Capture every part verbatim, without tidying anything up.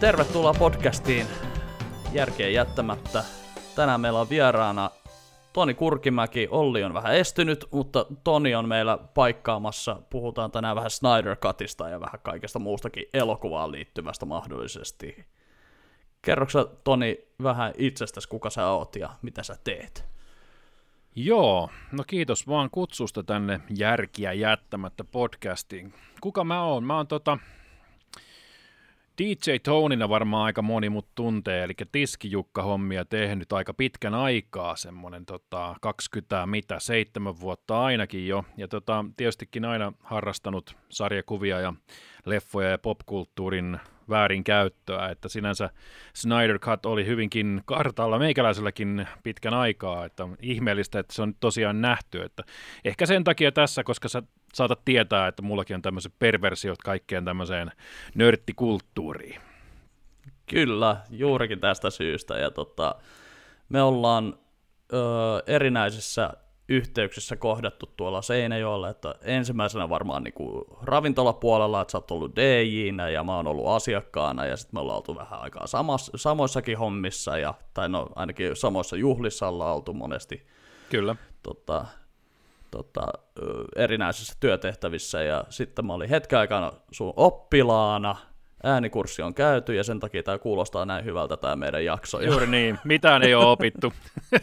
Tervetuloa podcastiin Järkeen jättämättä. Tänään meillä on vieraana Toni Kurkimäki. Olli on vähän estynyt, mutta Toni on meillä paikkaamassa. Puhutaan tänään vähän Snyder Cutista ja vähän kaikesta muustakin elokuvaan liittyvästä mahdollisesti. Kerroksä, Toni, vähän itsestäsi, kuka sä oot ja mitä sä teet? Joo, no kiitos vaan kutsusta tänne Järkiä jättämättä podcastiin. Kuka mä oon? Mä oon tota D J Tonina varmaan aika moni mut tuntee, eli Tiskijukka-hommia tehnyt aika pitkän aikaa, semmoinen tota, kaksikymmentä, mitä, seitsemän vuotta ainakin jo, ja tota, tietystikin aina harrastanut sarjakuvia ja leffoja ja popkulttuurin väärinkäyttöä, että sinänsä Snyder Cut oli hyvinkin kartalla meikäläiselläkin pitkän aikaa, että ihmeellistä, että se on tosiaan nähty, että ehkä sen takia tässä, koska sä saatat tietää, että mullakin on tämmöiset perversiot kaikkeen tämmöiseen nörttikulttuuriin. Kyllä, juurikin tästä syystä, ja tota, me ollaan ö, erinäisissä yhteyksissä kohdattu tuolla Seinäjoella, että ensimmäisenä varmaan niin kuin ravintolapuolella, että sä oot ollut D J:nä ja mä oon ollut asiakkaana ja sitten me ollaan oltu vähän aikaa samas, samoissakin hommissa, ja, tai no ainakin samoissa juhlissa ollaan oltu monesti. Kyllä. Tota, tota, erinäisissä työtehtävissä, ja sitten mä olin hetken aikana sun oppilaana, äänikurssi on käyty ja sen takia tämä kuulostaa näin hyvältä tämä meidän jakso. Juuri niin, mitään ei ole opittu.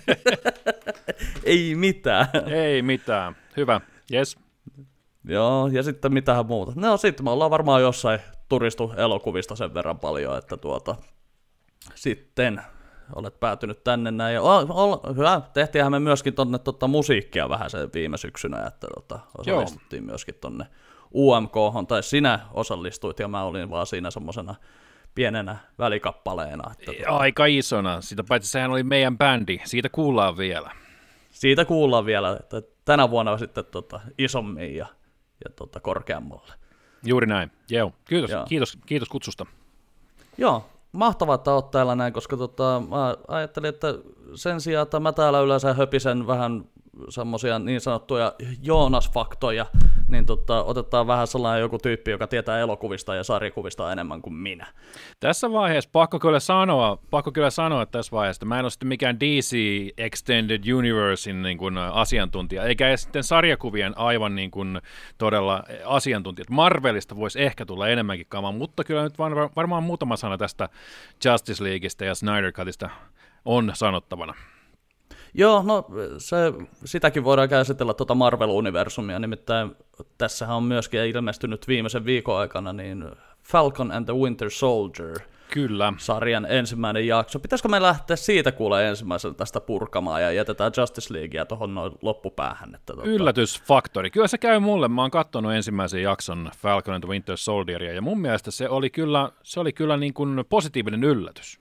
Ei mitään. Ei mitään, hyvä, jes. Joo, ja sitten mitähän muuta. No sitten me ollaan varmaan jossain turistu elokuvista sen verran paljon, että tuota, sitten olet päätynyt tänne näin. Ja o, o, hyvä, tehtiinhän me myöskin tonne tota, musiikkia vähän sen viime syksynä, että tota, osallistuttiin Joo. myöskin tonne U M K:hon, tai sinä osallistuit, ja mä olin vaan siinä semmosena pienenä välikappaleena. Että tuota, aika isona, sitä paitsi sehän oli meidän bändi, siitä kuullaan vielä. Siitä kuullaan vielä, että tänä vuonna sitten tota, isommin ja, ja tota, korkeammalle. Juuri näin, Joo. Kiitos, Joo. Kiitos, kiitos kutsusta. Joo, mahtavaa, että olet täällä näin, koska tota, mä ajattelin, että sen sijaan, että mä täällä yleensä höpisen vähän semmoisia niin sanottuja Joonas-faktoja, niin tota, otetaan vähän sellainen joku tyyppi, joka tietää elokuvista ja sarjakuvista enemmän kuin minä. Tässä vaiheessa pakko kyllä sanoa, pakko kyllä sanoa että tässä vaiheessa, mä en ole sitten mikään D C Extended Universein niin kuin asiantuntija, eikä sitten sarjakuvien aivan niin kuin todella asiantuntijat. Marvelista voisi ehkä tulla enemmänkin kamaa, mutta kyllä nyt var, varmaan muutama sana tästä Justice Leagueista ja Snyder Cutista on sanottavana. Joo, no se, sitäkin voidaan käsitellä tuota Marvel-universumia, nimittäin tässähän on myöskin ilmestynyt viimeisen viikon aikana niin Falcon and the Winter Soldier. Kyllä. Sarjan ensimmäinen jakso. Pitäisikö me lähteä siitä kuulee ensimmäisenä tästä purkamaan ja jätetään Justice Leaguea tuohon noin loppupäähän? Että tuota... Yllätysfaktori. Kyllä se käy mulle. Mä oon katsonut ensimmäisen jakson Falcon and the Winter Soldieria ja mun mielestä se oli kyllä, se oli kyllä niin kuin positiivinen yllätys.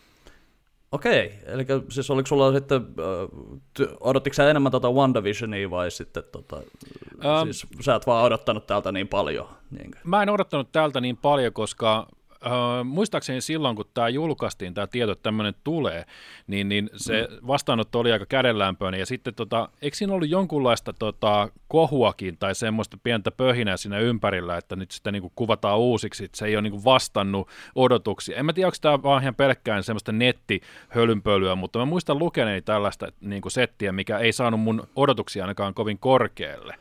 Okei, eli siis oliko sulla sitten, äh, odottiko sä enemmän tuota WandaVisionia vai sitten, tota, um, siis sä et vaan odottanut täältä niin paljon? Niinkö? Mä en odottanut täältä niin paljon, koska äh, muistaakseni silloin, kun tämä julkaistiin, tämä tieto, että tämmöinen tulee, niin, niin se mm. vastaanotto oli aika kädenlämpöinen, ja sitten tota, eikö siinä ollut jonkunlaista tota, kohuakin tai semmoista pientä pöhinää siinä ympärillä, että nyt sitä niinku kuvataan uusiksi, että se ei ole niinku vastannut odotuksia. En mä tiedä, onko tämä vaan ihan pelkkään semmoista nettihölynpölyä, mutta mä muistan lukeneeni tällaista niinku settiä, mikä ei saanut mun odotuksia ainakaan kovin korkealle.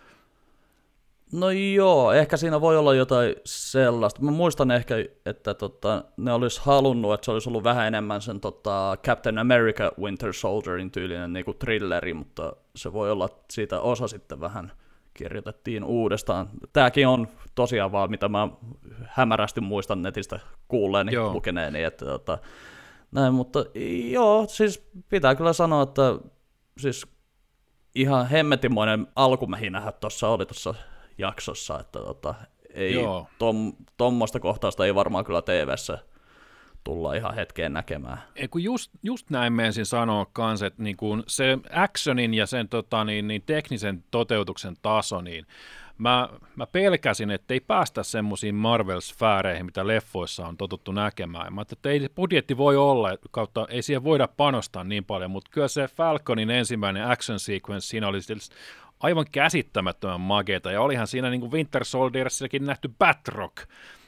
No joo, ehkä siinä voi olla jotain sellaista. Mä muistan ehkä, että tota, ne olisi halunnut, että se olisi ollut vähän enemmän sen tota, Captain America Winter Soldierin tyylinen niin kuin thrilleri, mutta se voi olla, että siitä osa sitten vähän kirjoitettiin uudestaan. Tämäkin on tosiaan vaan, mitä mä hämärästi muistan netistä kuulleeni, joo. lukeneeni. Että, tota, näin, mutta joo, siis pitää kyllä sanoa, että siis ihan hemmetimoinen alkumähinähän tuossa oli tuossa jaksossa, että tota, ei tom, tommoista kohtausta ei varmaan kyllä T V:ssä tulla ihan hetkeen näkemään. Ei, kun just, just näin mä ensin sanoa kans, että niin kun se actionin ja sen tota, niin, niin teknisen toteutuksen taso, niin mä, mä pelkäsin, että ei päästä semmoisiin Marvel-sfääreihin, mitä leffoissa on totuttu näkemään. Mä ajattelin, että ei budjetti voi olla, kautta ei siihen voida panostaa niin paljon, mutta kyllä se Falconin ensimmäinen action sequence, siinä oli aivan käsittämättömän makeeta, ja olihan siinä niin kuin Winter Soldierissakin nähty Batroc,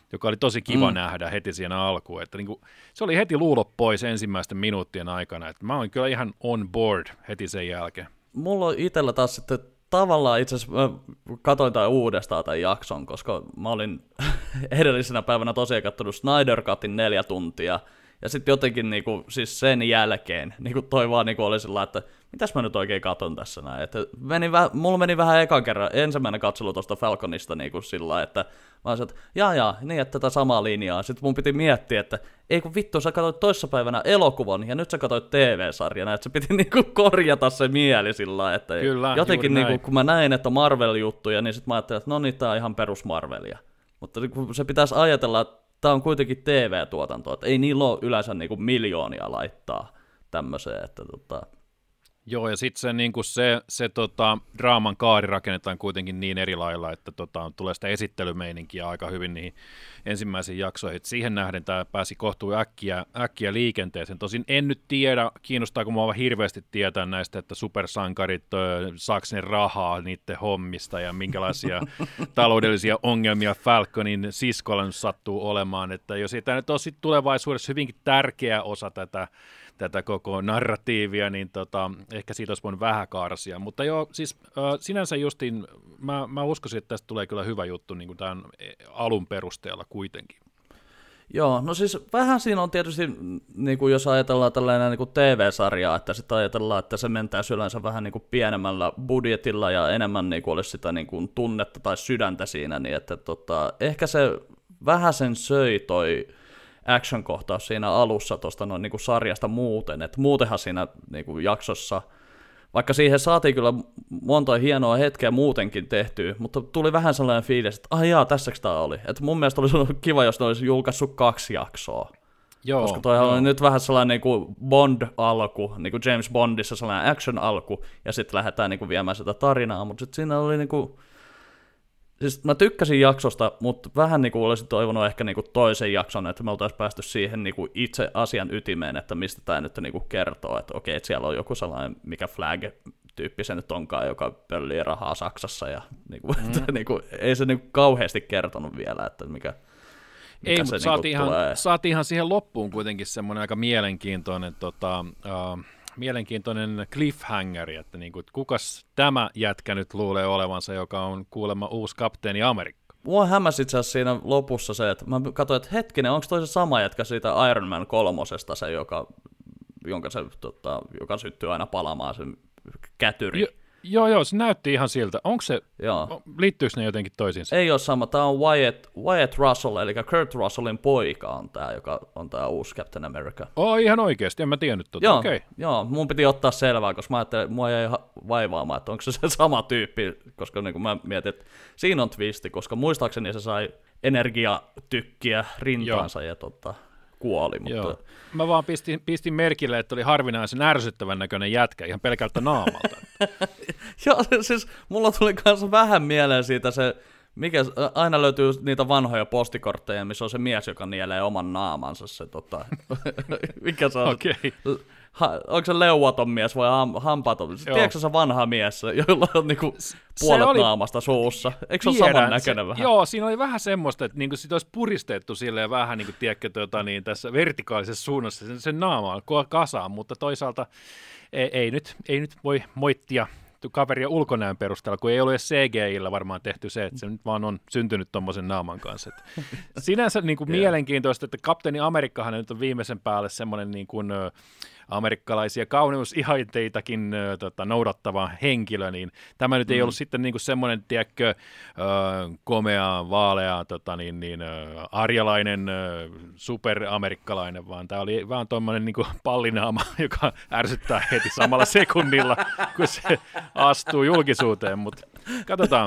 joka oli tosi kiva Mm. nähdä heti siinä alkuun. Että niin kuin, se oli heti luulot pois ensimmäisten minuuttien aikana. Että mä olin kyllä ihan on board heti sen jälkeen. Mulla on itsellä taas sitten tavallaan itse asiassa, mä katsoin tämän uudestaan tämän jakson, koska mä olin edellisenä päivänä tosiaan katsonut Snyder Cutin neljä tuntia, ja sitten jotenkin niinku, siis sen jälkeen niinku toi vaan niinku oli sillä, että mitäs mä nyt oikein katon tässä näin. Että meni väh, mulla meni vähän ekan kerran ensimmäinen katselu tuosta Falconista niinku sillä, että mä olisin, että jaa jaa, niin että tätä samaa linjaa. Sitten mun piti miettiä, että ei kun vittu, sä katsoit toissapäivänä elokuvan ja nyt sä katsoit T V-sarjana, että se piti niinku korjata se mieli sillä, että Kyllä, jotenkin juuri niinku, kun mä näin, että Marvel-juttuja, niin sit mä ajattelin, että no niin, tää on ihan perus Marvelia. Mutta kun se pitäisi ajatella, että tää on kuitenkin T V-tuotanto, että ei niillä ole yleensä niinku miljoonia laittaa tämmöiseen, että tota... Joo, ja sitten se, niin se, se tota, draaman kaari rakennetaan kuitenkin niin eri lailla, että tota, tulee sitä esittelymeininkiä aika hyvin niihin ensimmäisiin jaksoihin. Et siihen nähden tämä pääsi kohtuu äkkiä, äkkiä liikenteeseen. Tosin en nyt tiedä, kiinnostaako mua hirveästi tietää näistä, että supersankarit saako ne rahaa niiden hommista ja minkälaisia taloudellisia ongelmia Falconin siskolla nyt sattuu olemaan. Että jos ei tämä nyt ole sit tulevaisuudessa hyvinkin tärkeä osa tätä, tätä koko narratiivia, niin tota, ehkä siitä olisi voinut vähän karsia. Mutta joo, siis äh, sinänsä justiin, mä, mä uskoisin, että tästä tulee kyllä hyvä juttu niin kuin tämän alun perusteella kuitenkin. Joo, no siis vähän siinä on tietysti, niin kuin jos ajatellaan tällainen niin kuin T V-sarjaa, että sitten ajatellaan, että se mentäisi yleensä vähän niin kuin pienemmällä budjetilla ja enemmän niin kuin olisi sitä niin kuin tunnetta tai sydäntä siinä, niin että tota, ehkä se vähän sen söi toi action-kohtaus siinä alussa tuosta noin niinku sarjasta muuten, että muutenhan siinä niinku jaksossa, vaikka siihen saatiin kyllä monta hienoa hetkeä muutenkin tehtyä, mutta tuli vähän sellainen fiilis, että ai jaa, tässäks tää oli. Että mun mielestä olisi ollut kiva, jos ne olisi julkaissut kaksi jaksoa. Joo, koska toihan joo. oli nyt vähän sellainen niinku Bond-alku, niinku James Bondissa sellainen action-alku, ja sitten lähdetään niinku viemään sitä tarinaa, mutta sitten siinä oli niinku... Siis mä tykkäsin jaksosta, mutta vähän niin kuin olisin toivonut ehkä niin kuin toisen jakson, että me oltaisiin päästy siihen niin kuin itse asian ytimeen, että mistä tämä nyt niin kuin kertoo, että okei, että siellä on joku sellainen, mikä Flag-tyyppi se nyt onkaan, joka pöllii rahaa Saksassa, ja niin kuin, mm. että, niin kuin, ei se niin kuin kauheasti kertonut vielä, että mikä, mikä ei, se mutta niin saatiin, ihan, tulee. saatiin ihan siihen loppuun kuitenkin semmoinen aika mielenkiintoinen tota, uh, mielenkiintoinen cliffhangeri, että niin kuin, kukas tämä jätkä nyt luulee olevansa, joka on kuulemma uusi kapteeni Amerikka. Mua hämäsi itse asiassa siinä lopussa se, että mä katsoin, että hetkinen, onko toi se sama jätkä siitä Iron Man kolmosesta, se, joka, jonka se, tota, joka syttyy aina palamaan, se kätyri. Jo, joo, joo, se näytti ihan siltä. Onko se, Joo. liittyykö ne jotenkin toisiinsa? Ei ole sama, tämä on Wyatt, Wyatt Russell, eli Kurt Russellin poika on tämä, joka on tämä uusi Captain America. Oh, ihan oikeasti, en mä tiennyt tuota. Joo, Okay. joo, mun piti ottaa selvää, koska mä ajattelin, mua jäi vaivaamaan, että onko se se sama tyyppi, koska niin kuin mä mietin, että siinä on twisti, koska muistaakseni se sai energiatykkiä rintaansa ja tota, kuoli. Mutta... Joo. Mä vaan pistin, pistin merkille, että oli harvinaisen ärsyttävän näköinen jätkä ihan pelkältä naamalta. Joo, siis mulla tuli kanssa vähän mieleen siitä se, mikä, aina löytyy niitä vanhoja postikortteja, missä on se mies, joka nielee oman naamansa se, tota, mikä se on? Okei. Ha, onko se leuaton mies vai ham, hampaton? Tiedätkö se vanha mies, jolla on niinku puolet oli... naamasta suussa? Eikö se ole saman näköinen vähän? Joo, siinä oli vähän semmoista, että niinku sit olisi puristettu silleen vähän niin kuin, tiedätkö, tuota, niin tässä vertikaalisessa suunnassa sen, sen naamaan kasaan, mutta toisaalta ei, ei, nyt, ei nyt voi moittia kaveria ulkonäön perusteella, kun ei ole edes C G I:llä varmaan tehty se, että se nyt vaan on syntynyt tommosen naaman kanssa. Et sinänsä niin kuin yeah. mielenkiintoista, että kapteeni Amerikkahan nyt on viimeisen päälle semmoinen niin kuin amerikkalaisia kauneusihanteitakin ö, tota, noudattava henkilö, niin tämä nyt ei mm. ollut sitten niin kuin semmoinen, tiedätkö, ö, komea, vaalea, tota, niin, niin, ö, arjalainen, ö, superamerikkalainen, vaan tämä oli vaan tuommoinen niin kuin pallinaama, joka ärsyttää heti samalla sekunnilla, kun se astuu julkisuuteen, mutta katsotaan.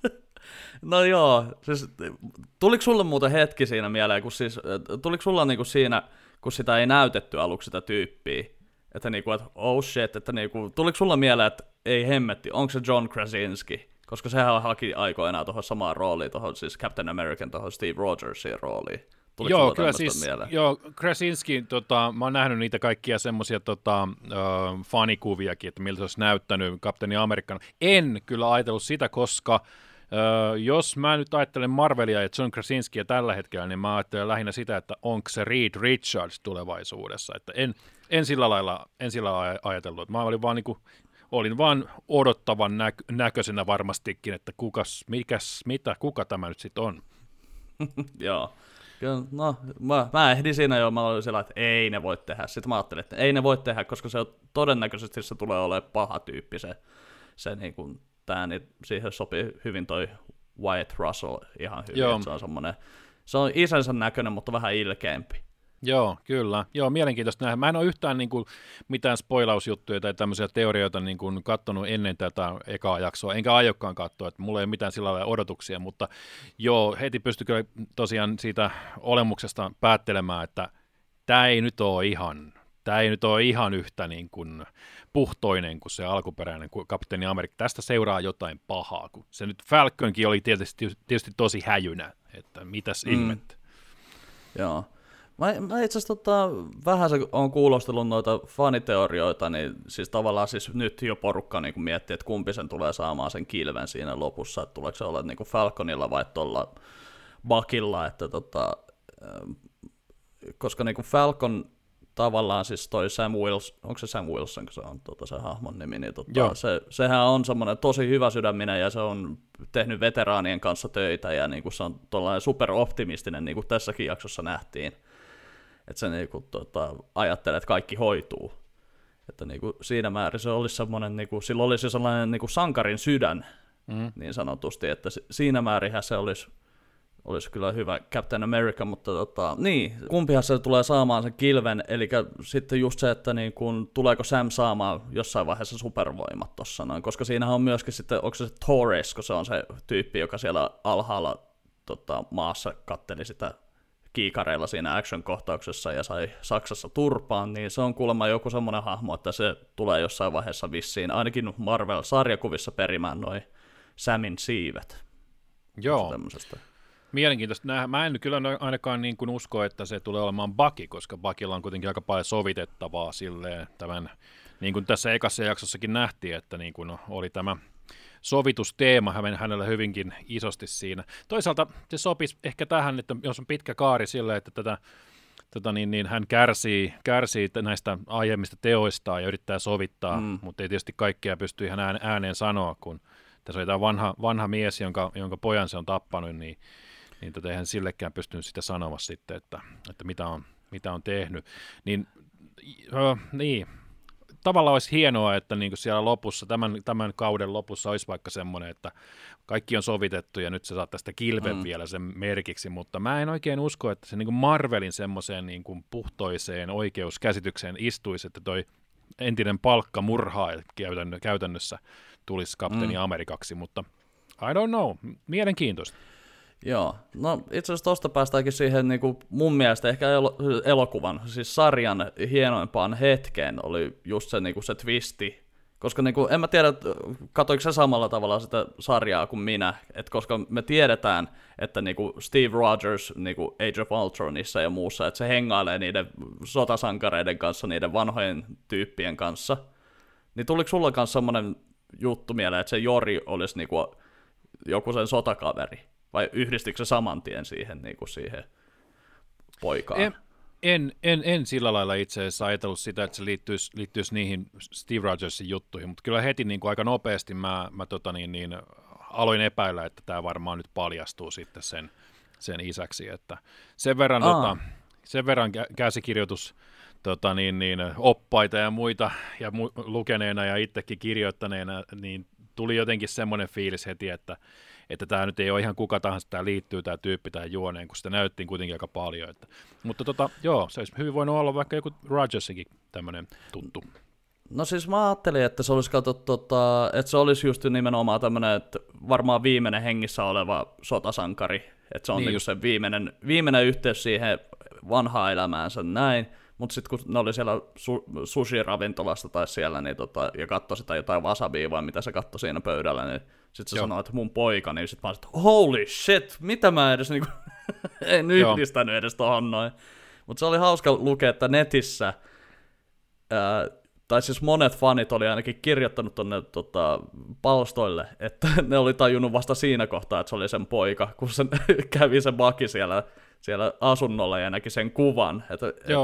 No joo, siis tuliko sulle muuten hetki siinä mieleen, kun siis, tuliko sulla niinku siinä, kun sitä ei näytetty aluksi sitä tyyppiä, että niinku, että oh shit, että niinku, tuliko sulla mieleen, että ei hemmetti, onko se John Krasinski, koska sehän haki aikoinaan tuohon samaan rooliin, tuohon siis Captain American, tuohon Steve Rogersin rooliin. Tuliko joo, kyllä siis, mieleen? Joo, Krasinski, tota, mä oon nähnyt niitä kaikkia semmoisia tota, uh, fanikuviakin, että miltä se olisi näyttänyt Kapteeni Amerikkana. En kyllä ajatellut sitä, koska Öö, jos mä nyt ajattelen Marvelia ja John Krasinskiä tällä hetkellä, niin mä ajattelen lähinnä sitä, että onko se Reed Richards tulevaisuudessa. Että en, en sillä lailla en sillä lailla ajatellut. Mä olin vaan, niin kuin, olin vaan odottavan näk- näköisenä varmastikin, että kukas, mikäs, mitä, kuka tämä nyt sitten on. Joo. No, mä, mä ehdin siinä jo, mä olin siellä, että ei ne voi tehdä. Sitten mä ajattelin, että ei ne voi tehdä, koska se on, todennäköisesti se tulee olemaan paha tyyppi se, se niin kuin, tää, niin siihen sopii hyvin toi Wyatt Russell ihan hyvin. Joo. Se on semmoinen, se on isänsä näköinen, mutta vähän ilkeämpi. Joo, kyllä. Joo, mielenkiintoista nähdä. Mä en ole yhtään niin kuin, mitään spoilausjuttuja tai tämmöisiä teorioita niin kuin, katsonut ennen tätä ekaa jaksoa, enkä aiokkaan katsoa, että mulla ei ole mitään sillä lailla odotuksia, mutta joo, heti pystyi kyllä tosiaan siitä olemuksesta päättelemään, että tämä ei nyt ole ihan, tämä ei nyt ole ihan yhtä niin kuin, puhtoinen kuin se alkuperäinen kuin Kapteeni Amerikka. Tästä seuraa jotain pahaa, kun se nyt Falconkin oli tietysti, tietysti tosi häjynä, että mitäs mm. ihmettä. Joo. Mä, mä itse asiassa tota, vähän on kuulostellut noita faniteorioita, niin siis tavallaan siis nyt jo porukka niin miettii, että kumpi sen tulee saamaan sen kilven siinä lopussa, että tuleeko se olla niin Falconilla vai tuolla Buckilla, että tota, koska niin Falcon tavallaan siis toi Sam Wilson, onko se Sam Wilson, kun se on tota, se hahmon nimi, niin tota, se, sehän on semmoinen tosi hyvä sydäminen ja se on tehnyt veteraanien kanssa töitä ja niin se on tuollainen superoptimistinen, niin kuin tässäkin jaksossa nähtiin. Että se niinku, tota, ajattelee, että kaikki hoituu. Että niinku, siinä määrin se olisi semmoinen, niinku, sillä olisi sellainen niinku, sankarin sydän, mm. niin sanotusti, että siinä määrinhän se olisi, olisi kyllä hyvä Captain America, mutta tota, niin, kumpihan se tulee saamaan sen kilven, eli sitten just se, että niinku, tuleeko Sam saamaan jossain vaiheessa supervoimat tossa noin, koska siinähän on myöskin sitten, onko se Torres, kun se on se tyyppi, joka siellä alhaalla tota, maassa katteli sitä kiikareilla siinä action-kohtauksessa ja sai Saksassa turpaan, niin se on kuulemma joku semmoinen hahmo, että se tulee jossain vaiheessa vissiin, ainakin Marvel-sarjakuvissa perimään noi Samin siivet. Joo, mielenkiintoista nähdä. Mä en kyllä ainakaan niin kuin usko, että se tulee olemaan Bucky, koska Buckylla on kuitenkin aika paljon sovitettavaa silleen tämän, niin kuin tässä ekassa jaksossakin nähtiin, että niin kuin oli tämä sovitusteema hänellä hyvinkin isosti siinä. Toisaalta se sopisi ehkä tähän, että jos on pitkä kaari sille, että tätä, tätä niin, niin hän kärsii, kärsii näistä aiemmista teoistaan ja yrittää sovittaa, mm. mutta ei tietysti kaikkea pysty ihan ääneen sanoa, kun tässä on tämä vanha, vanha mies, jonka, jonka pojan se on tappanut, niin, niin tota, eihän sillekään pystynyt sitä sanoa sitten, että, että mitä, on, mitä on tehnyt. Niin, ö, niin. Tavallaan olisi hienoa, että niin kuin siellä lopussa, tämän, tämän kauden lopussa olisi vaikka semmoinen, että kaikki on sovitettu ja nyt sä saat tästä kilven mm. vielä sen merkiksi, mutta mä en oikein usko, että se niin kuin Marvelin semmoiseen niin kuin puhtoiseen oikeuskäsitykseen istuisi, että toi entinen palkkamurhaa käytännössä tulisi Kapteeni mm. Amerikaksi, mutta I don't know, mielenkiintoista. Joo, no itse asiassa tuosta päästäänkin siihen niin kuin mun mielestä ehkä el- elokuvan, siis sarjan hienoimpaan hetkeen oli just se, niin kuin se twisti, koska niin kuin, en mä tiedä, katsoiko se samalla tavalla sitä sarjaa kuin minä, että koska me tiedetään, että niin kuin Steve Rogers niin kuin Age of Ultronissa ja muussa, että se hengailee niiden sotasankareiden kanssa, niiden vanhojen tyyppien kanssa, niin tuliko sulla kanssa semmoinen juttu mieleen, että se Jori olisi niin kuin joku sen sotakaveri? Vai yhdistikö se saman tien siihen, niin kuin siihen poikaan? En, en, en, en sillä lailla itse asiassa ajatellut sitä, että se liittyisi, liittyisi niihin Steve Rogersin juttuihin, mutta kyllä heti niin kuin aika nopeasti mä, mä tota niin, niin, aloin epäillä, että tämä varmaan nyt paljastuu sitten sen, sen isäksi. Että sen verran, tota, sen verran käsikirjoitus tota niin, niin, oppaita ja muita ja mu- lukeneena ja itsekin kirjoittaneena, niin tuli jotenkin semmoinen fiilis heti, että että tämä nyt ei ole ihan kuka tahansa, tämä liittyy tämä tyyppi tähän juoneen, kun sitä näyttiin kuitenkin aika paljon. Että, mutta tota, joo, se olisi hyvin voinut olla vaikka joku Rogersinkin tämmöinen tuttu. No siis mä ajattelin, että se olisi, katsottu, tota, että se olisi just nimenomaan tämmöinen, että varmaan viimeinen hengissä oleva sotasankari, että se on niin niinku se viimeinen, viimeinen yhteys siihen vanhaan elämäänsä näin, mutta sitten kun ne oli siellä su- sushi-ravintolasta tai siellä niin tota, ja katsoi sitä jotain wasabia vai mitä se katsoi siinä pöydällä, niin sitten se sanoi, että mun poika, niin sitten mä olisin, että holy shit, mitä mä edes niinku, en yhdistänyt edes tohon noin. Mutta se oli hauska lukea, että netissä ää, tai siis monet fanit oli ainakin kirjoittanut tuonne tota, palstoille, että ne oli tajunnut vasta siinä kohtaa, että se oli sen poika, kun se kävi se Bucky siellä, siellä asunnolla ja näki sen kuvan, että,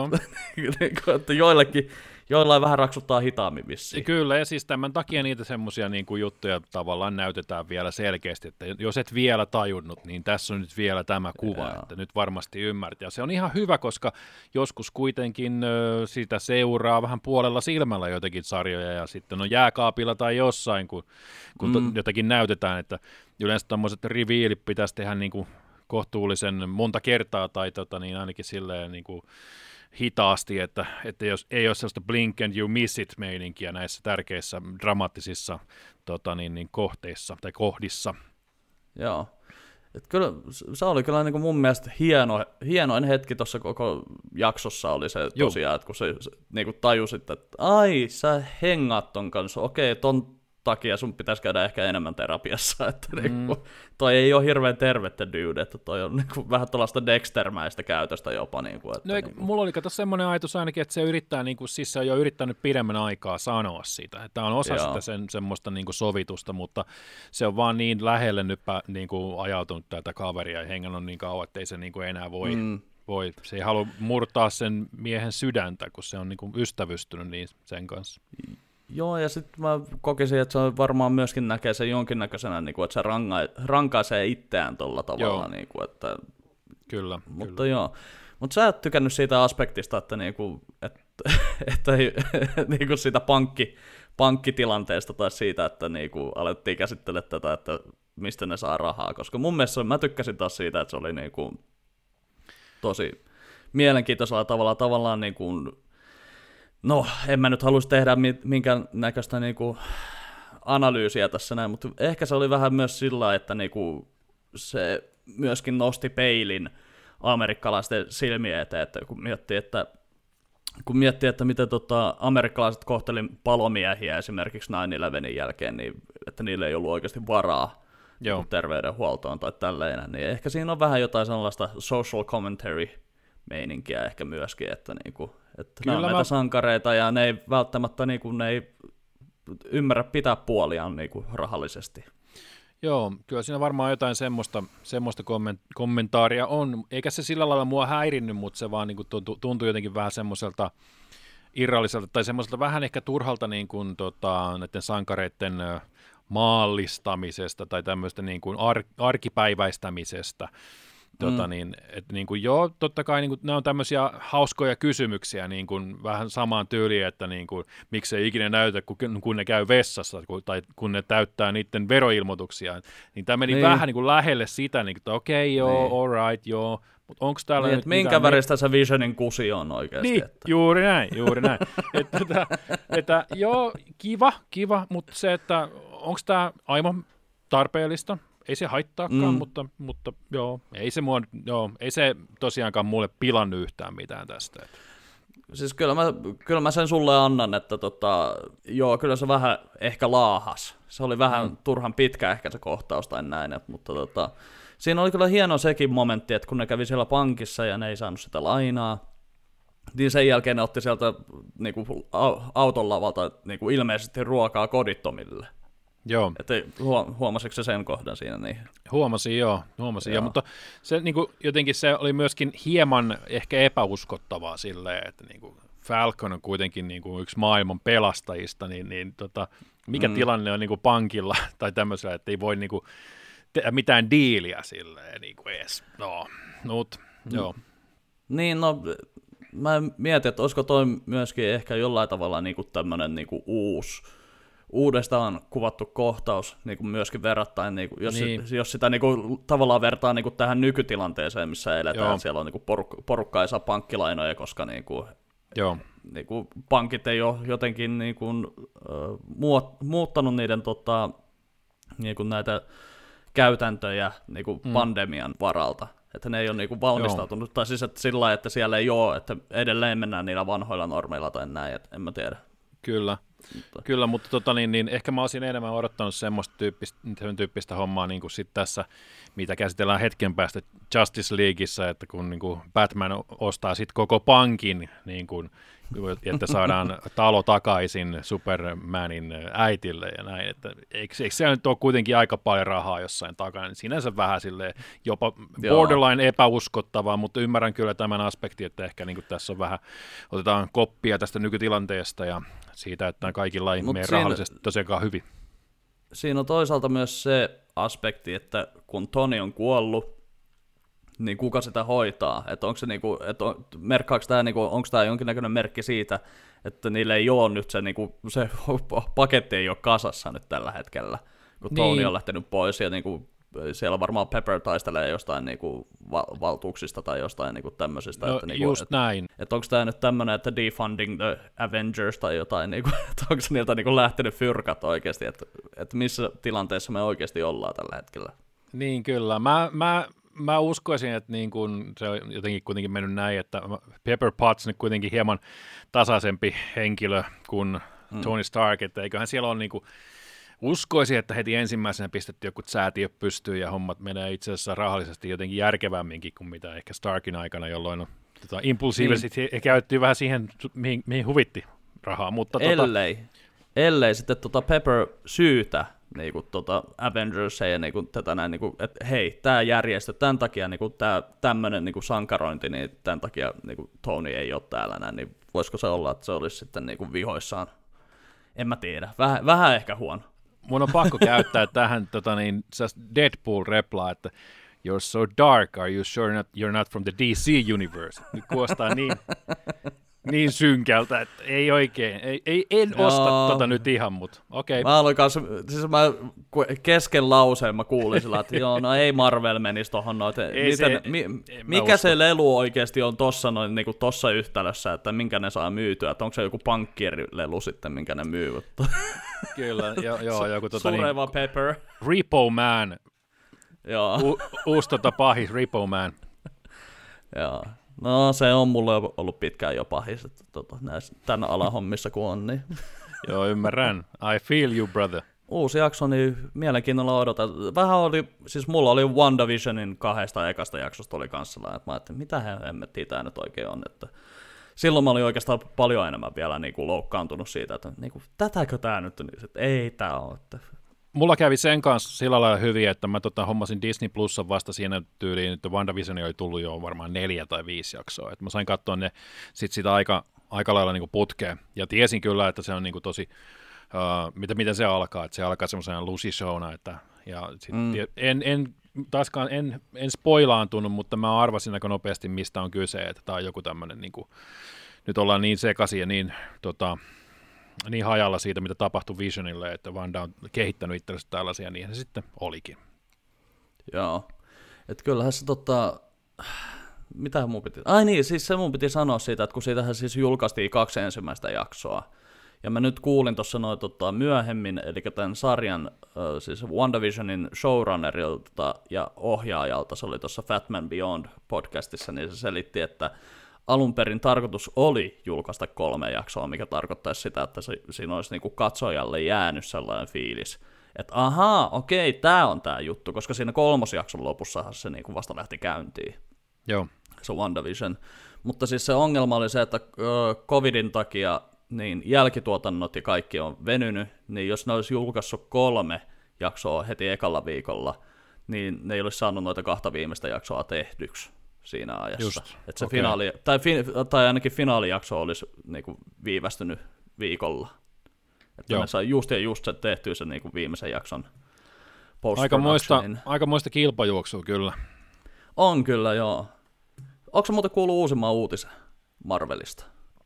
että, että joillekin, joillain vähän raksuttaa hitaammin vissiin. Kyllä, ja siis tämän takia niitä semmoisia niin kuin juttuja tavallaan näytetään vielä selkeästi, että jos et vielä tajunnut, niin tässä on nyt vielä tämä kuva, Jaa. että nyt varmasti ymmärrät. Ja se on ihan hyvä, koska joskus kuitenkin ö, sitä seuraa vähän puolella silmällä jotakin sarjoja, ja sitten on jääkaapilla tai jossain, kun, kun mm. to, jotakin näytetään, että yleensä tämmöiset revealit pitäisi tehdä niin kuin kohtuullisen monta kertaa, tai tota, niin ainakin silleen niin kuin hitaasti, että, että jos ei ole sellaista blink and you miss it -meininkiä näissä tärkeissä dramaattisissa tota niin, niin kohteissa tai kohdissa. Joo. Et kyllä, se oli kyllä niin kuin mun mielestä hieno, hienoin hetki tuossa koko jaksossa oli se tosiaan, että kun se niin kuin tajusit, että ai, sä hengaat ton kanssa, okei, ton takia sun pitäisi käydä ehkä enemmän terapiassa, että mm. niinku, toi ei ole hirveän tervettä dude, että toi on niinku vähän tuollaista Dexter-mäistä käytöstä jopa. Niinku, että no, niinku. Mulla oli kato semmoinen ajatus ainakin, että se yrittää, niinku, siis se on jo yrittänyt pidemmän aikaa sanoa sitä, että on osa Joo. sitä sen, semmoista niinku sovitusta, mutta se on vaan niin lähelle nyt niinku ajautunut tätä kaveria ja hengannut niin kauan, että ei se niinku enää voi, mm. voi. Se ei halua murtaa sen miehen sydäntä, kun se on niinku ystävystynyt niin sen kanssa. Joo, ja sitten mä kokisin, että se varmaan myöskin näkee sen jonkinnäköisenä, niin kuin, että se ranga- rankaisee itseään tuolla tavalla. Niin kuin, että, kyllä, mutta kyllä. joo. Mutta sä et tykännyt siitä aspektista, että, niin kuin, että, että niin kuin siitä pankki, pankkitilanteesta tai siitä, että niin kuin alettiin käsitellä tätä, että mistä ne saa rahaa. Koska mun mielestä mä tykkäsin taas siitä, että se oli niin kuin tosi mielenkiintoisella tavalla tavallaan niin kuin, no, en mä nyt haluaisi tehdä minkään näköistä niinku analyysiä tässä näin, mutta ehkä se oli vähän myös sillä, että niinku se myöskin nosti peilin amerikkalaisten silmien eteen, että kun miettii, että, kun miettii, että miten tota, amerikkalaiset kohteli palomiehiä esimerkiksi nine eleven jälkeen, niin että niillä ei ollut oikeasti varaa Joo. terveydenhuoltoon tai tälleen, niin ehkä siinä on vähän jotain sellaista social commentary meininkiä ehkä myöskin, että, niinku, että nämä on näitä mä... sankareita ja ne ei välttämättä niinku, ne ei ymmärrä pitää puoliaan niinku, rahallisesti. Joo, kyllä siinä varmaan jotain semmoista, semmoista kommentaaria on, eikä se sillä lailla mua häirinnyt, mutta se vaan niinku, tuntui jotenkin vähän semmoiselta irralliselta tai semmoiselta vähän ehkä turhalta niin kuin, tota, näiden sankareiden maallistamisesta tai tämmöistä niin kuin ar- arkipäiväistämisestä. Tota, mm. niin, että niin kuin, joo, totta kai niin kuin, nämä on tämmöisiä hauskoja kysymyksiä, niin kuin, vähän samaan tyyliin, että niin kuin, miksei ikinä näytä, kun, kun ne käy vessassa kun, tai kun ne täyttää niiden veroilmoituksia. Niin tämä meni niin. vähän niin kuin lähelle sitä, niin kuin, että okei, okay, joo, niin. all right, joo. Mutta onko täällä niin, nyt minkä väristä me... se Visionin kusi on oikeasti? Niin, että... juuri näin, juuri näin. että, että, että, joo, kiva, kiva, mutta se, että onko tämä aivan tarpeellista? Ei se haittaakaan, mm. mutta, mutta joo, ei se, mua, joo, ei se tosiaankaan mulle pilannut yhtään mitään tästä. Siis kyllä mä, kyllä mä sen sulle annan, että tota, joo, kyllä se vähän ehkä laahas. Se oli vähän mm. turhan pitkä ehkä se kohtaus tai näin, että, mutta tota, siinä oli kyllä hieno sekin momentti, että kun ne kävi siellä pankissa ja ne ei saanut sitä lainaa, niin sen jälkeen ne otti sieltä niin kuin, auton lavalta niin kuin ilmeisesti ruokaa kodittomille. Joo. Että huomasitko se sen kohdan siinä? Niin? Huomasin, joo. Huomasin, joo. Jo, mutta se, niin kuin, jotenkin se oli myöskin hieman ehkä epäuskottavaa silleen, että niin kuin Falcon on kuitenkin niin kuin yksi maailman pelastajista, niin, niin tota, mikä mm. tilanne on niin kuin pankilla tai tämmöisellä, että ei voi niin kuin, tehdä mitään diiliä silleen niin kuin edes. No, nut, mm. joo. Niin, no mä mietin, että olisiko toi myöskin ehkä jollain tavalla niin kuin tämmöinen niin kuin uusi, uudestaan kuvattu kohtaus niin kuin myöskin verrattain, niin kuin, jos, niin. Se, jos sitä niin kuin, tavallaan vertaa niin kuin tähän nykytilanteeseen, missä eletään, Joo. siellä on niin kuin poruk- porukka ei saa pankkilainoja, koska niin kuin, Joo. Niin kuin, pankit ei ole jotenkin niin kuin, uh, muot, muuttanut niiden tota, niin kuin näitä käytäntöjä niin kuin mm. pandemian varalta. Että ne ei ole niin kuin valmistautunut, Joo. tai siis että sillä lailla, että siellä ei ole, että edelleen mennään niillä vanhoilla normeilla tai näin, että en mä tiedä. Kyllä. Mutta. Kyllä, mutta tota, niin, niin, ehkä mä olisin enemmän odottanut semmoista tyyppistä, tyyppistä hommaa niin kuin sit tässä, mitä käsitellään hetken päästä Justice Leagueissa, että kun niin kuin Batman ostaa sit koko pankin niin kuin, että saadaan talo takaisin Supermanin äitille ja näin, että eikö, eikö se nyt ole kuitenkin aika paljon rahaa jossain takana, niin sinänsä vähän silleen jopa borderline Joo. epäuskottavaa, mutta ymmärrän kyllä tämän aspektin, että ehkä niin kuin tässä on vähän, otetaan koppia tästä nykytilanteesta ja siitä, että kaikilla ei mene rahallisesti tosiaankaan hyvin. Siinä on toisaalta myös se aspekti, että kun Tony on kuollut, niin kuka sitä hoitaa? Että onko se niinku, että on, merkkaako tämä niinku, onko tämä jonkinnäköinen merkki siitä, että niillä ei ole nyt se niinku, se paketti ei ole kasassa nyt tällä hetkellä, kun niin. Tony on lähtenyt pois ja niinku, siellä varmaan Pepper taistelee jostain niinku val- valtuuksista tai jostain niinku tämmöisistä. No, että niinku, just et, näin. Että onko tämä nyt tämmöinen, että defunding the Avengers tai jotain, niinku, että onko niiltä niinku lähtenyt fyrkat oikeasti, että, että missä tilanteessa me oikeasti ollaan tällä hetkellä. Niin kyllä. Mä, mä, mä uskoisin, että niin kun se on jotenkin kuitenkin mennyt näin, että Pepper Potts nyt kuitenkin hieman tasaisempi henkilö kuin hmm. Tony Stark, että eiköhän siellä ole niin kuin uskoisin, että heti ensimmäisenä pistettiin joku säätiö pystyyn ja hommat menee itse asiassa rahallisesti jotenkin järkevämminkin kuin mitä ehkä Starkin aikana, jolloin on, tota, impulsiivisesti niin. he käyttiin vähän siihen, mihin, mihin huvitti rahaa. Mutta, ellei, tota... ellei sitten tota Pepper syytä niin kuin, tota Avengersia ja niin kuin, tätä näin, niin kuin, että hei, tämä järjestö, tämän takia niin kuin, tämä tämmöinen niin kuin sankarointi, niin tämän takia niin kuin, Tony ei ole täällä näin, niin voisiko se olla, että se olisi sitten niin kuin, vihoissaan? En mä tiedä, vähän, vähän ehkä huono. Mun on pakko käyttää tähän tota niin, Deadpool-replaa, että you're so dark, are you sure not, you're not from the D C universe? Nyt kuulostaa niin, niin synkältä, että ei oikein, ei, ei, en Joo. osta tota nyt ihan, mutta okei. Okay. Mä aloin kanssa, siis mä kesken lauseen mä kuulin sillä, että joo, no ei Marvel menisi tohon noin. Miten, mi, mikä usko. Se lelu oikeasti on tossa, noin, niin kuin tossa yhtälössä, että minkä ne saa myytyä, että onko se joku pankkierilelu sitten, minkä ne myyvät? Kyllä, jo, joo, joku tota Sureva niin, Pepper. Repo Man, joo. U, uusi tota pahis, Repo Man. Joo. No se on mulle ollut pitkään jo pahis, että tota, näissä, tämän alan hommissa kun on. Niin. Joo, ymmärrän. I feel you, brother. Uusi jakso, niin mielenkiinnolla odotan. Vähän oli, siis mulla oli WandaVisionin kahdesta ekasta jaksosta oli kanssa, että mä ajattelin, mitä hemmettiä tää nyt oikein on. Että silloin mä olin oikeastaan paljon enemmän vielä niin kuin loukkaantunut siitä, että niin kuin, tätäkö tää nyt on, että ei tää ole. Että mulla kävi sen kanssa sillä lailla hyvin, että mä tota, hommasin Disney Plusan vasta siinä tyyliin, että WandaVision oli tullut jo varmaan neljä tai viisi jaksoa. Et mä sain katsoa ne sit sitä aika, aika lailla niinku putkeen. Ja tiesin kyllä, että se on niinku tosi, uh, miten, miten se alkaa. Että se alkaa semmoisena Lucy-showna. Että, ja sit mm. en, en, taaskaan en, en spoilaantunut, mutta mä arvasin aika nopeasti, mistä on kyse. Että tää on joku tämmöinen, niinku, nyt ollaan niin sekaisin ja niin tota, niin hajalla siitä, mitä tapahtui Visionille, että Wanda on kehittänyt itsellensä tällaisia, niin se sitten olikin. Joo, että kyllähän se tota, mitähän mun piti, ai niin, siis se mun piti sanoa siitä, että kun siitähän siis julkaistiin kaksi ensimmäistä jaksoa, ja mä nyt kuulin tuossa noin tota, myöhemmin, eli tämän sarjan, äh, siis WandaVisionin showrunnerilta ja ohjaajalta, se oli tuossa Fat Man Beyond podcastissa, niin se selitti, että alun perin tarkoitus oli julkaista kolme jaksoa, mikä tarkoittaisi sitä, että se, siinä olisi niinku katsojalle jäänyt sellainen fiilis, että ahaa, okei, tämä on tämä juttu, koska siinä kolmosjakson lopussahan se niinku vasta lähti käyntiin. Joo. Se WandaVision. Mutta siis se ongelma oli se, että covidin takia niin jälkituotannot ja kaikki on venynyt, niin jos ne olisi julkaissut kolme jaksoa heti ekalla viikolla, niin ne ei olisi saanut noita kahta viimeistä jaksoa tehdyksi siinä ajassa. Että se okay. finaali, tai, fi, tai ainakin finaalijakso olisi niinku viivästynyt viikolla. Että ne sai just ja just se tehtyä sen niinku viimeisen jakson post-productionin. Aikamoista kilpajuoksua kyllä. On kyllä, joo. Onko se muuten kuullut uusimman uutisen Marvelista?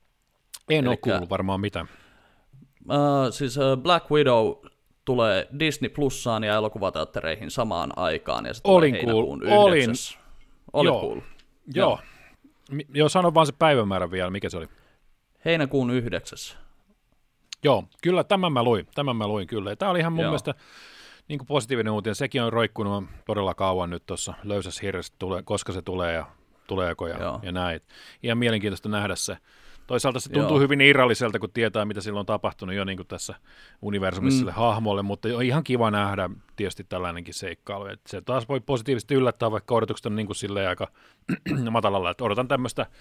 En Elikkä, ole kuullut varmaan mitään. Äh, siis äh, Black Widow tulee Disney Plussaan ja elokuvateattereihin samaan aikaan. Ja se Olin tulee heinäkuun kuullut. yhdeksäs. Olin Joo. kuullut. Joo. Joo. Joo, sano vaan se päivämäärä vielä, mikä se oli? Heinäkuun yhdeksäs. Joo, kyllä tämän mä luin. Tämän mä luin kyllä. Tämä oli ihan mun Joo. mielestä niin kuin positiivinen uutinen. Sekin on roikkunut todella kauan nyt tuossa löysässä hirressä, koska se tulee ja tuleeko ja, ja näin. Ihan mielenkiintoista nähdä se. Toisaalta se tuntuu Joo. hyvin irralliselta, kun tietää, mitä silloin on tapahtunut jo niin kuin tässä universumissa mm. hahmolle, mutta on ihan kiva nähdä tietysti tällainenkin seikkailu. Et se taas voi positiivisesti yllättää, vaikka odotukset on niin kuin silleen aika matalalla. Et odotan tämmöistä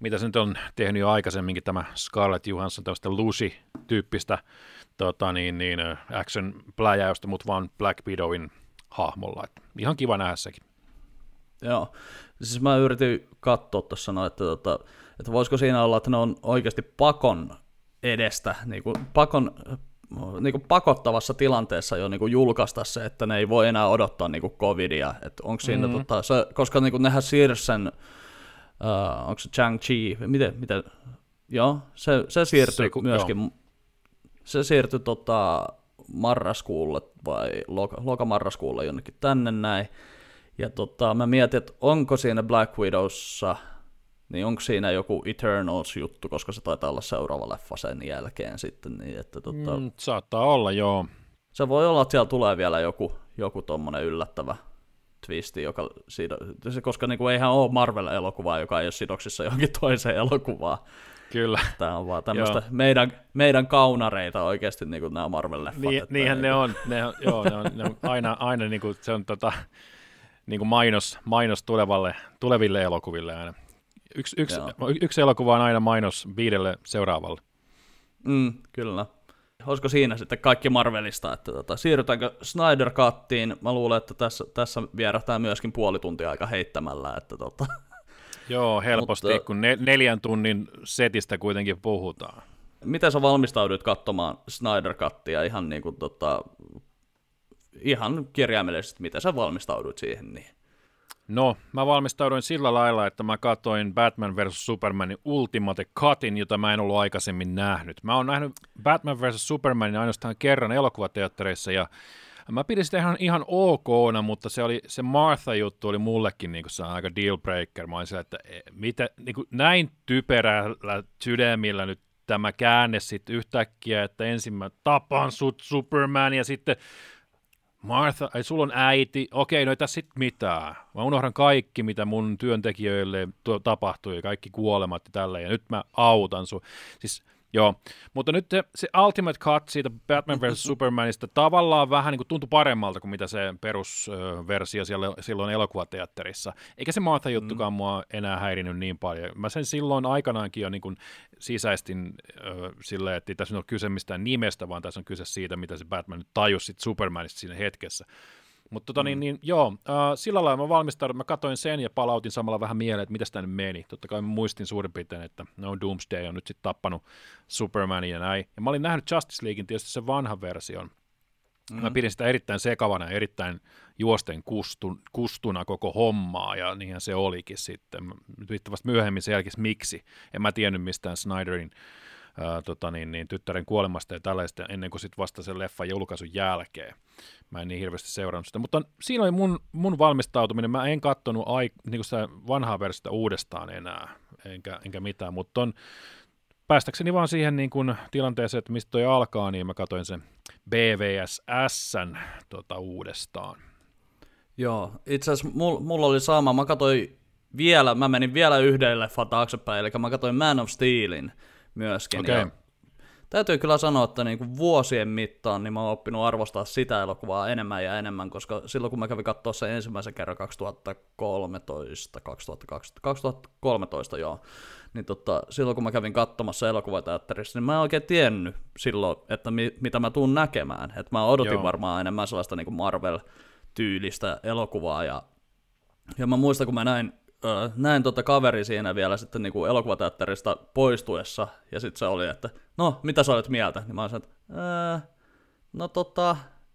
mitä se nyt on tehnyt jo aikaisemminkin, tämä Scarlett Johansson, tällaista Lucy-tyyppistä tota, niin, niin, action-pläjäystä, mutta vaan Black Widowin hahmolla. Et ihan kiva nähdä sekin. Joo, siis mä yritin katsoa tuossa, no, että, että, että voisiko siinä olla, että ne on oikeasti pakon edestä, niin kuin pakon, niin kuin pakottavassa tilanteessa jo niin kuin julkaista se, että ne ei voi enää odottaa niin kuin covidia, että onko siinä, mm-hmm. tota, se, koska niin kuin nehän siirsi sen, uh, onko se Shang-Chi, miten, miten, joo, se, se siirtyi se, myöskin, joo. se siirtyi tota, marraskuulle vai loka, lokamarraskuulle jonnekin tänne näin, ja tota, mä mietin, että onko siinä Black Widowssa, niin onko siinä joku Eternals-juttu, koska se taitaa olla seuraava leffa sen jälkeen sitten. Niin että, tota, mm, saattaa olla, joo. Se voi olla, että siellä tulee vielä joku, joku tommonen yllättävä twisti, joka sido, koska niin kuin eihän ole Marvel-elokuvaa, joka ei ole sidoksissa johonkin toiseen elokuvaan. Kyllä. Tämä on vaan tämmöistä meidän, meidän kaunareita oikeasti, niin kuin nämä Marvel-leffat. Niin, niinhän ei, ne on, ne on, joo, ne on, ne on aina, aina niin kuin, se on tota, niin kuin mainos, mainos tulevalle, tuleville elokuville aina. Yksi, yksi, yksi elokuva on aina mainos viidelle seuraavalle. Mm, kyllä. Olisiko siinä sitten kaikki Marvelista, että tota, siirrytäänkö Snyder Cuttiin? Mä luulen, että tässä, tässä vierähtää myöskin puoli tuntia aika heittämällä. Että tota. Joo, helposti, Mutta, kun ne, neljän tunnin setistä kuitenkin puhutaan. Miten sä valmistaudut katsomaan Snyder Cuttia ihan, niin kuin, tota, ihan kirjaimellisesti, miten sä valmistaudut siihen? Niin? No, mä valmistauduin sillä lailla, että mä katsoin Batman versus. Supermanin Ultimate Cutin, jota mä en ollut aikaisemmin nähnyt. Mä oon nähnyt Batman versus. Supermanin ainoastaan kerran elokuvateattereissa, ja mä pidin sitä ihan, ihan okona, mutta se, oli, se Martha-juttu oli mullekin niin se aika deal breaker. Mä olin sillä, että mitä, niin kuin näin typerällä sydämillä nyt tämä käänne sitten yhtäkkiä, että ensin mä tapan sut Superman, ja sitten Martha, ai sulla on äiti, okei, no ei tässä sitten mitään. Mä unohdan kaikki, mitä mun työntekijöille tapahtui, kaikki kuolemat ja tälleen, ja nyt mä autan sun. Siis, joo, mutta nyt se, se Ultimate Cut siitä Batman versus. Supermanista tavallaan vähän niin kuin tuntui paremmalta kuin mitä se perusversio siellä, silloin elokuvateatterissa. Eikä se Martha-juttukaan mm. mua enää häirinyt niin paljon. Mä sen silloin aikanaankin jo niin kuin sisäistin äh, silleen, että ei tässä ole kyse mistään nimestä, vaan tässä on kyse siitä, mitä se Batman nyt tajusi sit Supermanista siinä hetkessä. Mutta tota, mm. niin, niin, joo, äh, sillä lailla mä valmistaudun, mä katsoin sen ja palautin samalla vähän mieleen, että mitä sitä nyt meni. Totta kai mä muistin suurin piirtein, että no Doomsday on nyt sitten tappanut Supermanin ja näin. Ja mä olin nähnyt Justice Leaguein tietysti sen vanhan version. Mm. Mä pidin sitä erittäin sekavana ja erittäin juosten kustun, kustuna koko hommaa, ja niinhän se olikin sitten. Nyt vasta myöhemmin selkisi miksi. En mä tiennyt mistään Snyderin ää, tota niin, niin, tyttären kuolemasta ja tällaista ennen kuin sitten vasta sen leffan julkaisun jälkeen. Mä en niin hirveästi seurannut sitä, mutta siinä oli mun, mun valmistautuminen. Mä en katsonut ai, niin sitä vanhaa versiota uudestaan enää, enkä, enkä mitään, mutta on, päästäkseni vaan siihen niin kun tilanteeseen, että mistä toi alkaa, niin mä katsoin sen B V S S:n tota, uudestaan. Joo, itse asiassa mulla, mulla oli sama. Mä katsoin vielä, mä menin vielä yhden leffan taaksepäin, eli mä katsoin Man of Steelin myöskin. Okay. Ja täytyy kyllä sanoa, että niinku vuosien mittaan niin mä oon oppinut arvostaa sitä elokuvaa enemmän ja enemmän, koska silloin kun mä kävin katsoa sen ensimmäisen kerran kaksituhattakolmetoista, kaksituhattakaksitoista, kaksituhattakolmetoista joo, niin tota, silloin kun mä kävin katsomassa elokuvateatterissa, niin mä en oikein tiennyt silloin, että mi- mitä mä tuun näkemään. Et mä odotin joo. varmaan enemmän sellaista niinku Marvel-tyylistä elokuvaa, ja, ja mä muistan, kun mä näin näin tota kaveri siinä vielä sitten niinku elokuvateatterista poistuessa, ja sitten se oli, että no, mitä sä olet mieltä? Niin mä olisin, että ää, no tota,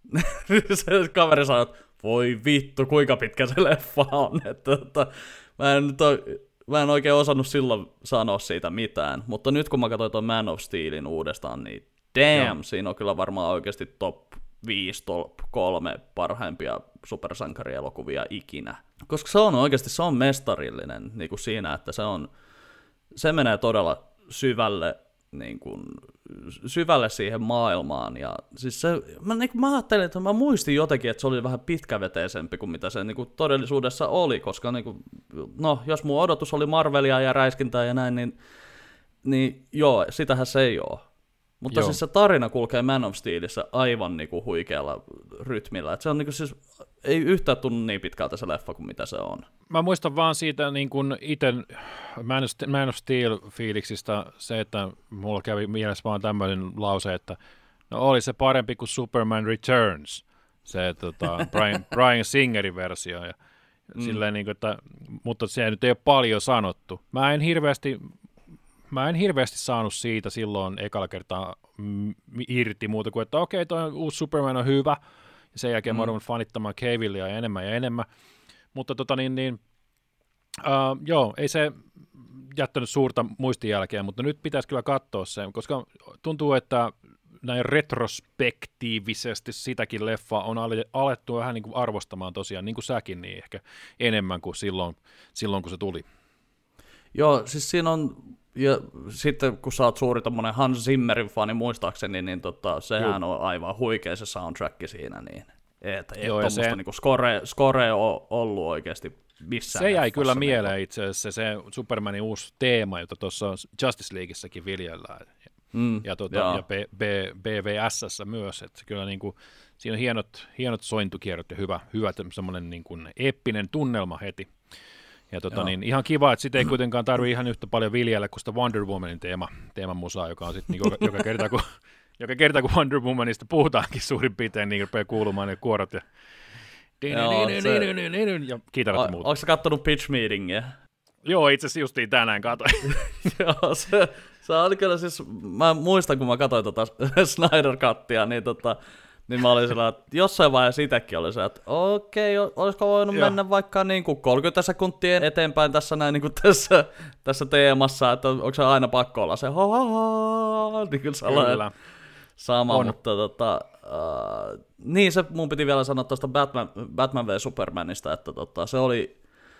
se kaveri sanoi, että voi vittu, kuinka pitkä se leffa on, että tota, mä en, nyt o, mä en oikein osannut silloin sanoa siitä mitään, mutta nyt kun mä katsoin tuon Man of Steelin uudestaan, niin damn, no. Siinä on kyllä varmaan oikeasti top viisi, top kolme parhaimpia supersankarielokuvia ikinä. Koska se on oikeasti, se on mestarillinen niin kuin siinä, että se on, se menee todella syvälle, niin kuin, syvälle siihen maailmaan. Ja siis se, mä, niin kuin, mä ajattelin, että mä muistin jotenkin, että se oli vähän pitkäveteisempi kuin mitä se niin kuin todellisuudessa oli, koska niin kuin, no, jos mun odotus oli Marvelia ja räiskintää ja näin, niin, niin joo, sitähän se ei ole. Mutta joo. Siis se tarina kulkee Man of Steelissä aivan niinku huikealla rytmillä. Et se on niinku siis ei yhtään tunnu niin pitkältä se leffa kuin mitä se on. Mä muistan vaan siitä niin kuin itse Man of, Man of Steel-fiiliksistä se, että mulla kävi mielessä vaan tämmöinen lause, että no oli se parempi kuin Superman Returns, se tota, Brian, Brian Singerin versio. Ja mm. silleen, niin kuin, että, mutta se nyt ei ole paljon sanottu. Mä en hirveästi, mä en hirveästi saanut siitä silloin ekalla kertaa irti muuta kuin, että okei, toi uusi Superman on hyvä. Ja sen jälkeen mm. mä oon fanittamaan Cavillia enemmän ja enemmän. Mutta tota niin, niin uh, joo, ei se jättänyt suurta muistijälkeä, mutta nyt pitäisi kyllä katsoa se, koska tuntuu, että näin retrospektiivisesti sitäkin leffa on alettu vähän niin kuin arvostamaan tosiaan, niin kuin säkin, niin ehkä enemmän kuin silloin, silloin kun se tuli. Joo, siis siinä on, ja sitten kun sä oot suuri tommonen Hans Zimmerin fani muistaakseni, niin tota, sehän Juh. on aivan huikea se soundtrack siinä, niin että ei Joo, tuommoista se... niinku score, score ole ollut oikeasti missään. Se jäi kyllä mieleen itse asiassa se Supermanin uusi teema, jota tuossa Justice Leagueissäkin viljellään. Mm, ja, tuota, ja B, B, B V S:ssä myös, että kyllä niin kuin, siinä on hienot, hienot sointukierrot ja hyvä, hyvä semmoinen niin kuin eeppinen tunnelma heti. Ja tota, niin, ihan kiva, että sitä ei kuitenkaan tarvitse ihan yhtä paljon viljellä kuin sitä Wonder Womanin teema, teeman musaa, joka on sitten niin joka, joka, kerta, kun, joka kerta kun Wonder Womanista puhutaankin suurin piirtein, niin rupeaa kuulumaan ne kuorot ja, Joo, se... ja kitarat ja muuta. Onko sä kattonut Pitch Meetingiä? Joo, itse asiassa justiin tänään katsoin. Joo, se, se oli kyllä siis, mä muistan kun mä katsoin tota Snyder Cuttia, niin, tota, niin mä olin sellainen, että jossain vaiheessa itsekin oli se, että okei, olisiko voinut Joo. mennä vaikka niin kuin kolmekymmentä sekuntia eteenpäin tässä näin niin kuin tässä, tässä teemassa, että onko se aina pakko olla se ho ho ho, niin kyllä sellainen sama, on. Mutta tota, uh, niin se mun piti vielä sanoa tuosta Batman, Batman v Supermanista, että tota, se oli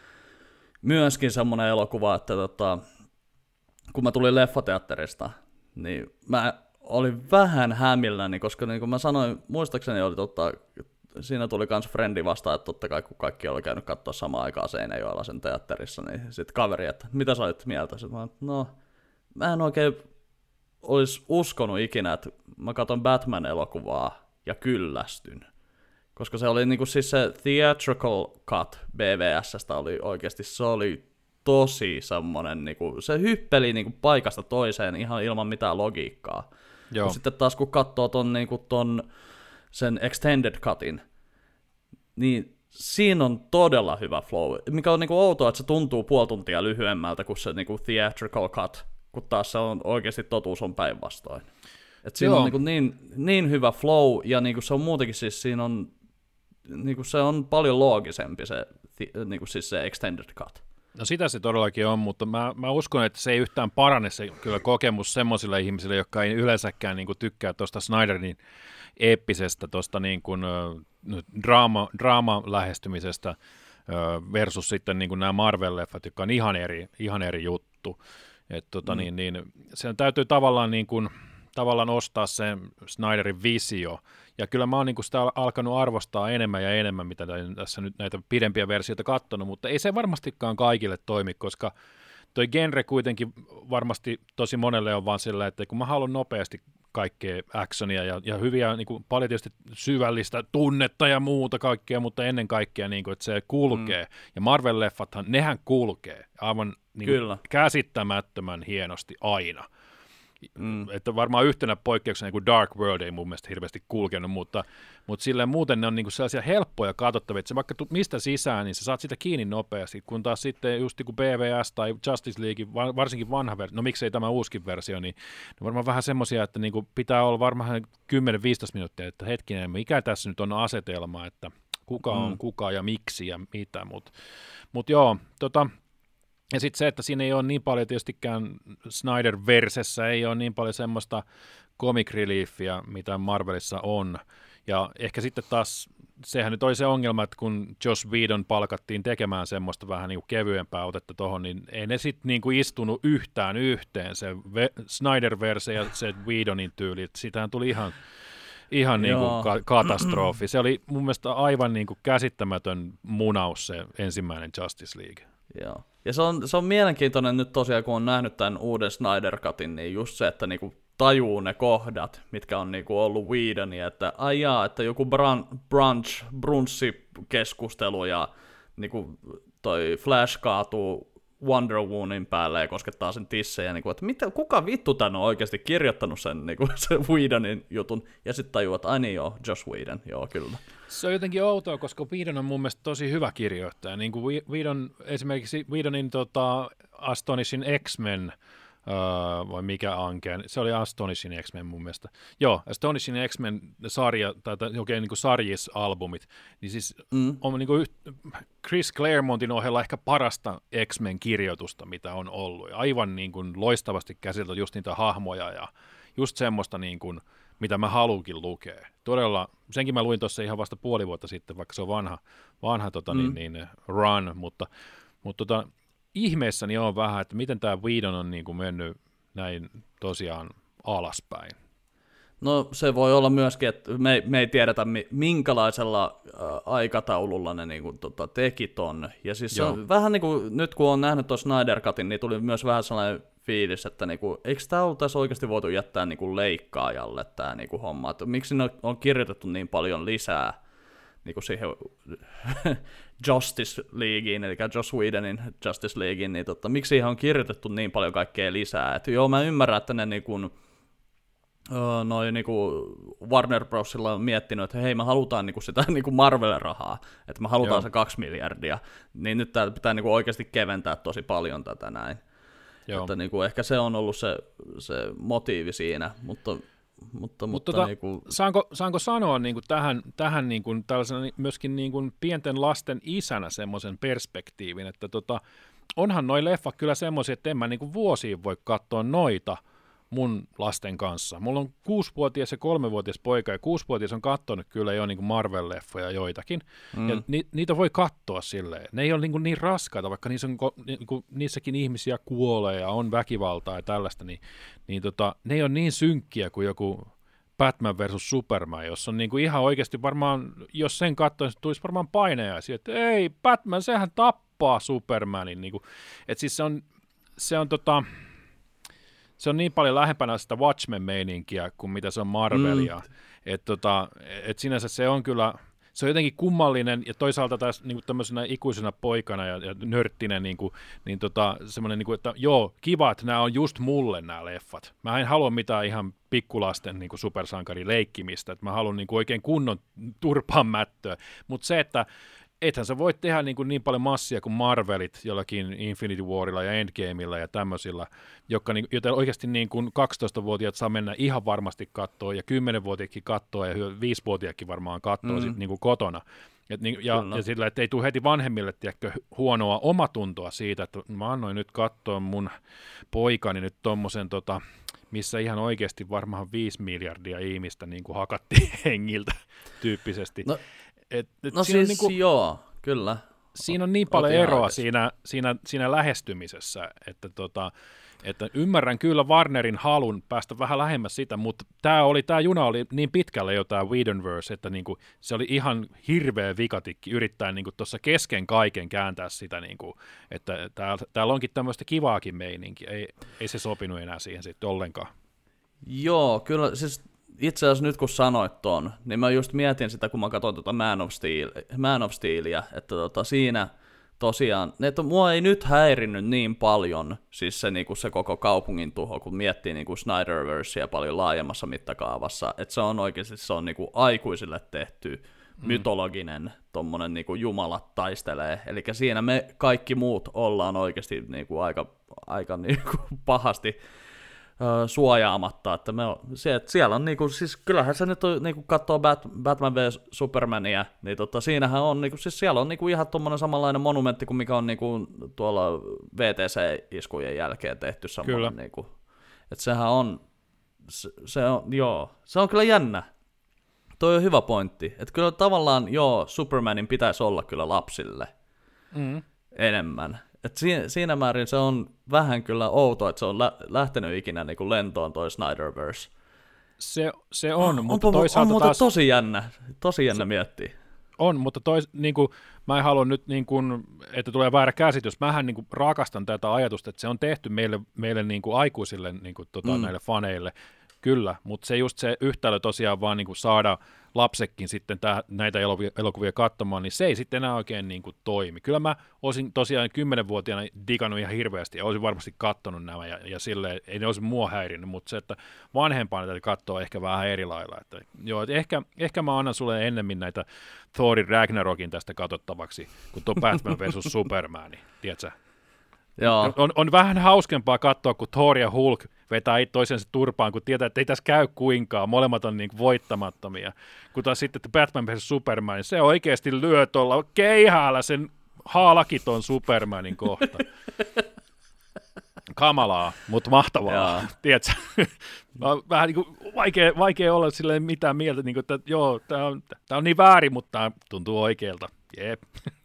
myöskin semmoinen elokuva, että tota, kun mä tulin leffateatterista, niin mä olin vähän hämilläni, koska niin kuin mä sanoin, muistaakseni oli totta, siinä tuli kans frendi vastaan, että totta kai kun kaikki oli käynyt katsoa samaan aikaan Seinäjoella sen teatterissa, niin sitten kaveri, että mitä sä olit mieltä? Sitten mä, no, mä en oikein olisi uskonut ikinä, että mä katson Batman-elokuvaa ja kyllästyn. Koska se oli niinku siis se theatrical cut B V S:stä oli oikeasti, se oli tosi semmonen, niinku, se hyppeli niinku paikasta toiseen ihan ilman mitään logiikkaa. Joo. Sitten taas kun katsoo ton, niinku, ton sen extended cutin, niin siinä on todella hyvä flow, mikä on niinku outoa, että se tuntuu puoli tuntia lyhyemmältä kuin se niinku theatrical cut, kun taas se on oikeasti totuus on päinvastoin. Et siinä Joo. on niinku niin, niin hyvä flow, ja niinku se on muutenkin siis, siinä on, niinku se on paljon loogisempi se, niinku siis se extended cut. No sitä se todellakin on, mutta mä, mä uskon, että se ei yhtään parane se kyllä kokemus semmoisille ihmisille, jotka ei yleensäkään niinku tykkää tuosta Snyderin eeppisestä tuosta niin kuin, draama, draama-lähestymisestä versus sitten niin kuin nämä Marvel-leffat, jotka on ihan eri, ihan eri juttu. Et, tota, mm. niin, niin, sen täytyy tavallaan, niin kuin, tavallaan ostaa se Snyderin visio. Ja kyllä mä oon niin kuin sitä alkanut arvostaa enemmän ja enemmän, mitä tässä nyt näitä pidempiä versioita katsonut, mutta ei se varmastikaan kaikille toimi, koska toi genre kuitenkin varmasti tosi monelle on vaan sillä, että kun mä haluan nopeasti kaikkea actionia ja, ja hyviä, niin kuin, paljon tietysti syvällistä tunnetta ja muuta kaikkea, mutta ennen kaikkea, niin kuin, että se kulkee. Mm. Ja Marvel-leffathan, nehän kulkee aivan niin kuin, käsittämättömän hienosti aina. Mm. Että varmaan yhtenä poikkeuksena niin Dark World ei mun mielestä hirveästi kulkenut, mutta, mutta silleen muuten ne on niin sellaisia helppoja katsottavia, että se vaikka mistä sisään, niin sä saat sitä kiinni nopeasti, kun taas sitten just niin kuin B V S tai Justice League, varsinkin vanha versio, no miksei tämä uuskin versio, niin ne varmaan vähän semmoisia, että niin kuin pitää olla varmaan kymmenen viisitoista minuuttia, että hetkinen, mikä tässä nyt on asetelma, että kuka on mm. kuka ja miksi ja mitä, mutta mut joo, tota... Ja sitten se, että siinä ei ole niin paljon tietystikään Snyder-versessä, ei ole niin paljon semmoista comic reliefia, mitä Marvelissa on. Ja ehkä sitten taas, sehän nyt oli se ongelma, että kun Joss Whedon palkattiin tekemään semmoista vähän niin kuin kevyempää otetta tuohon, niin ei ne sitten niin kuin istunut yhtään yhteen, se Snyder-verse ja se Whedonin tyyli. Siitähän tuli ihan, ihan niin kuin ka- katastrofi. Se oli mun mielestä aivan niin kuin käsittämätön munaus se ensimmäinen Justice League. Joo. Ja se on, se on mielenkiintoinen nyt tosiaan, kun on nähnyt tämän uuden Snyder Cutin, niin just se, että niinku tajuu ne kohdat, mitkä on niinku ollut Whedonia, että ai jaa, että joku brun, brunch, brunchi keskustelu ja niinku toi Flash kaatuu Wonder Womanin päälle ja koskettaa sen tissejä, niinku, että mitä, kuka vittu tän on oikeasti kirjoittanut sen, niinku, sen Whedonin jutun, ja sitten tajuu, että ai niin joo, Joss Whedon, joo kyllä. Se on jotenkin outoa, koska Whedon on mun mielestä tosi hyvä kirjoittaja. Niin kuin Whedon, esimerkiksi Whedonin tota, Astonishing X-Men, Uh, vai mikä ankeen, se oli Astonishing X-Men mun mielestä. Joo, Astonishing X-Men-sarja, tai oikein niin kuin sarjis-albumit, niin siis mm. on niin kuin Chris Claremontin ohella ehkä parasta X-Men-kirjoitusta, mitä on ollut. Ja aivan niin kuin loistavasti käsitelty just niitä hahmoja ja just semmoista, niin kuin, mitä mä haluunkin lukea. Todella, senkin mä luin tuossa ihan vasta puoli vuotta sitten, vaikka se on vanha, vanha tota, mm. niin, niin, run, mutta, mutta tota, ihmeessäni on vähän, että miten tämä Whedon on niin kuin mennyt näin tosiaan alaspäin. No se voi olla myöskin, että me, me ei tiedetä minkälaisella äh, aikataululla ne niin kuin, tota, teki ton. Ja siis se on vähän niin kuin, nyt kun on nähnyt tuon Snyder Cutin, niin tuli myös vähän sellainen fiilis, että niin kuin, eikö tämä oltaisi oikeasti voitu jättää niin kuin leikkaajalle tämä niin kuin homma. Että miksi ne on kirjoitettu niin paljon lisää niin kuin siihen Justice Leagueen, eli Joss Whedonin Justice Leagueen, niin tota, miksi siihen on kirjoitettu niin paljon kaikkea lisää. Et joo, mä ymmärrän, että ne niin kuin, noi niinku Warner Brosilla on miettinyt, että hei, me halutaan niinku sitä niinku Marvel-rahaa, että me halutaan Joo. se kaksi miljardia, niin nyt tää pitää niinku oikeasti keventää tosi paljon tätä näin. Joo. Että niinku ehkä se on ollut se, se motiivi siinä, mutta... Mutta, mutta, mutta tota, niinku... saanko, saanko sanoa niinku tähän, tähän niinku, tällaisena myöskin niinku pienten lasten isänä semmoisen perspektiivin, että tota, onhan noi leffat kyllä semmoisia, että en mä niinku vuosiin voi katsoa noita mun lasten kanssa. Mulla on kuusivuotias ja kolmevuotias poika, ja kuusivuotias on katsonut kyllä jo niin kuin Marvel-leffoja joitakin, mm. ja ni, niitä voi katsoa silleen. Ne ei ole niin, kuin niin raskaita, vaikka niissä on, niin kuin, niissäkin ihmisiä kuolee ja on väkivaltaa ja tällaista, niin, niin tota, ne ei ole niin synkkiä kuin joku Batman versus Superman, jos on niin kuin ihan oikeasti varmaan, jos sen katsoisi, tulisi varmaan painejaisia, että ei, Batman, sehän tappaa Supermanin. Niin kuin, että siis se on, se on tota... Se on niin paljon lähempänä sitä Watchmen-meininkiä kuin mitä se on Marvelia. Mm. Että tota, et sinänsä se on kyllä, se on jotenkin kummallinen ja toisaalta taas niin kuin tämmöisenä ikuisena poikana ja, ja nörttinä, niin, kuin, niin tota, semmoinen, niin kuin, että joo, kiva, että nämä on just mulle nämä leffat. Mä en halua mitään ihan pikkulasten niin kuin supersankarileikkimistä, että mä haluan niin kuin oikein kunnon turpaan mättöä. Mutta se, että ethän sä voit tehdä niin, kuin niin paljon massia kuin Marvelit jollakin Infinity Warilla ja Endgameilla ja tämmöisillä, jotka, niin, joita oikeasti niin kuin kaksitoistavuotiaat saa mennä ihan varmasti katsoa ja kymmenvuotiaatkin katsoa ja viisivuotiaatkin varmaan katsoa mm. sit niin kuin kotona. Et niin, ja, ja sillä, että ei tule heti vanhemmille tiedätkö, huonoa omatuntoa siitä, että mä annoin nyt katsoa mun poikani nyt tommosen tota, missä ihan oikeasti varmaan viisi miljardia ihmistä niin kuin hakattiin hengiltä tyyppisesti. No. Et, et no siis niin kuin, joo, kyllä. Siinä on niin paljon eroa siinä, siinä, siinä lähestymisessä, että, tota, että ymmärrän kyllä Warnerin halun päästä vähän lähemmäs sitä, mutta tämä, oli, tämä juna oli niin pitkälle jo tämä Whedonverse, että niinku, se oli ihan hirveä vikatikki yrittää niinku tuossa kesken kaiken kääntää sitä, niinku, että täällä, täällä onkin tämmöistä kivaakin meininkiä, ei, ei se sopinut enää siihen sitten ollenkaan. Joo, kyllä siis... Itse asiassa nyt kun sanoit ton, niin mä just mietin sitä, kun mä katsoin tuota Man of Steel, Man of Steelia, että tota siinä tosiaan, että mua ei nyt häirinnyt niin paljon, siis se, niin kuin se koko kaupungin tuho, kun miettii niin kuin Snyderversea paljon laajemmassa mittakaavassa, että se on oikeasti se on niin kuin aikuisille tehty mm. mytologinen tommonen niin kuin jumalat taistelee, eli siinä me kaikki muut ollaan oikeasti niin kuin aika, aika niin kuin pahasti suojaamatta, että me on, se, että siellä on niinku, siis kyllähän se nyt on, niinku katsoo Bat, Batman vs Supermania, niin tota, siinähän on, niinku, siis siellä on niinku ihan tommonen samanlainen monumentti kuin mikä on niinku tuolla V T C-iskujen jälkeen tehty samanlainen, niinku, että sehän on, se, se on, joo, se on kyllä jännä, toi on hyvä pointti, että kyllä tavallaan, joo, Supermanin pitäisi olla kyllä lapsille mm. enemmän. Et siinä, siinä määrin se on vähän kyllä outoa, että se on lä- lähtenyt ikinä niin kuin lentoon toi Snyderverse. Se, se on, on, mutta on, toisaalta on, taas... tosi jännä, tosi jännä se, miettiä. On, mutta tois, niin kuin, mä en halua nyt, niin kuin, että tulee väärä käsitys. Mähän niin kuin, rakastan tätä ajatusta, että se on tehty meille, meille niin kuin aikuisille, niin kuin, tota, mm. näille faneille. kyllä, mutta se just se yhtälö tosiaan vaan niin kuin saada lapsekin sitten tää, näitä elokuvia, elokuvia katsomaan, niin se ei sitten enää oikein niin kuin toimi. Kyllä mä olisin tosiaan kymmenvuotiaana digannut ihan hirveästi ja olisin varmasti katsonut nämä ja, ja silleen ei ne olisi mua häirinnyt, mutta se, että vanhempana täytyy katsoa ehkä vähän eri lailla. Että, joo, että ehkä, ehkä mä annan sulle ennemmin näitä Thorin Ragnarokin tästä katsottavaksi, kuin tuo Batman versus Superman, tiedätkö? Joo. On, on vähän hauskempaa katsoa, kun Thor ja Hulk vetää toisensa turpaan, kun tietää, että ei tässä käy kuinkaan, molemmat on niin voittamattomia. Kun taas sitten että Batman versus Superman, se oikeasti lyö tuolla keihäällä sen haalakiton Supermanin kohta. Kamalaa, mutta mahtavaa, tiedätkö? Vähän niin kuin vaikea, vaikea olla silleen mitään mieltä, niin kuin, että joo, tämä on, on niin väärin, mutta tämä tuntuu oikealta. Jep.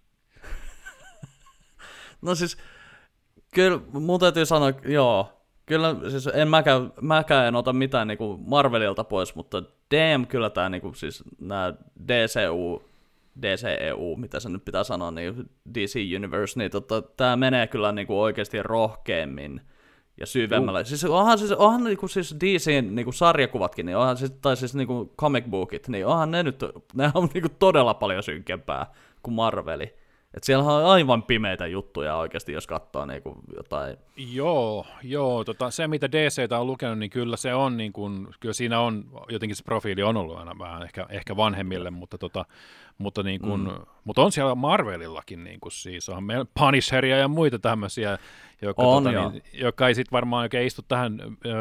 No siis, kyllä mun täytyy sanoa, joo, kyllä siis en mäkään, mäkään en ota mitään niinku Marvelilta pois, mutta damn, kyllä tämä niinku, siis nämä D C U, D C E U, mitä se nyt pitää sanoa, niin D C Universe, niin tota, tämä menee kyllä niinku oikeasti rohkeammin ja syvemmällä. Uh. Siis onhan, siis, onhan niinku, siis D C:n niinku sarjakuvatkin, niin onhan siis, tai siis niinku comic bookit, niin onhan ne nyt, ne on niinku todella paljon synkempää kuin Marveli. Että siellä on aivan pimeitä juttuja oikeasti, jos katsoo niinku jotain. Joo, joo tota, se mitä D C:tä on lukenut, niin kyllä se on, niin kuin, kyllä siinä on, jotenkin se profiili on ollut aina vähän ehkä, ehkä vanhemmille, mutta, tota, mutta, niin kuin, mm. mutta on siellä Marvelillakin, niin kuin, siis on meillä Punisheria ja muita tämmöisiä, jotka, on, tota, niin, jotka ei sitten varmaan oikein istu tähän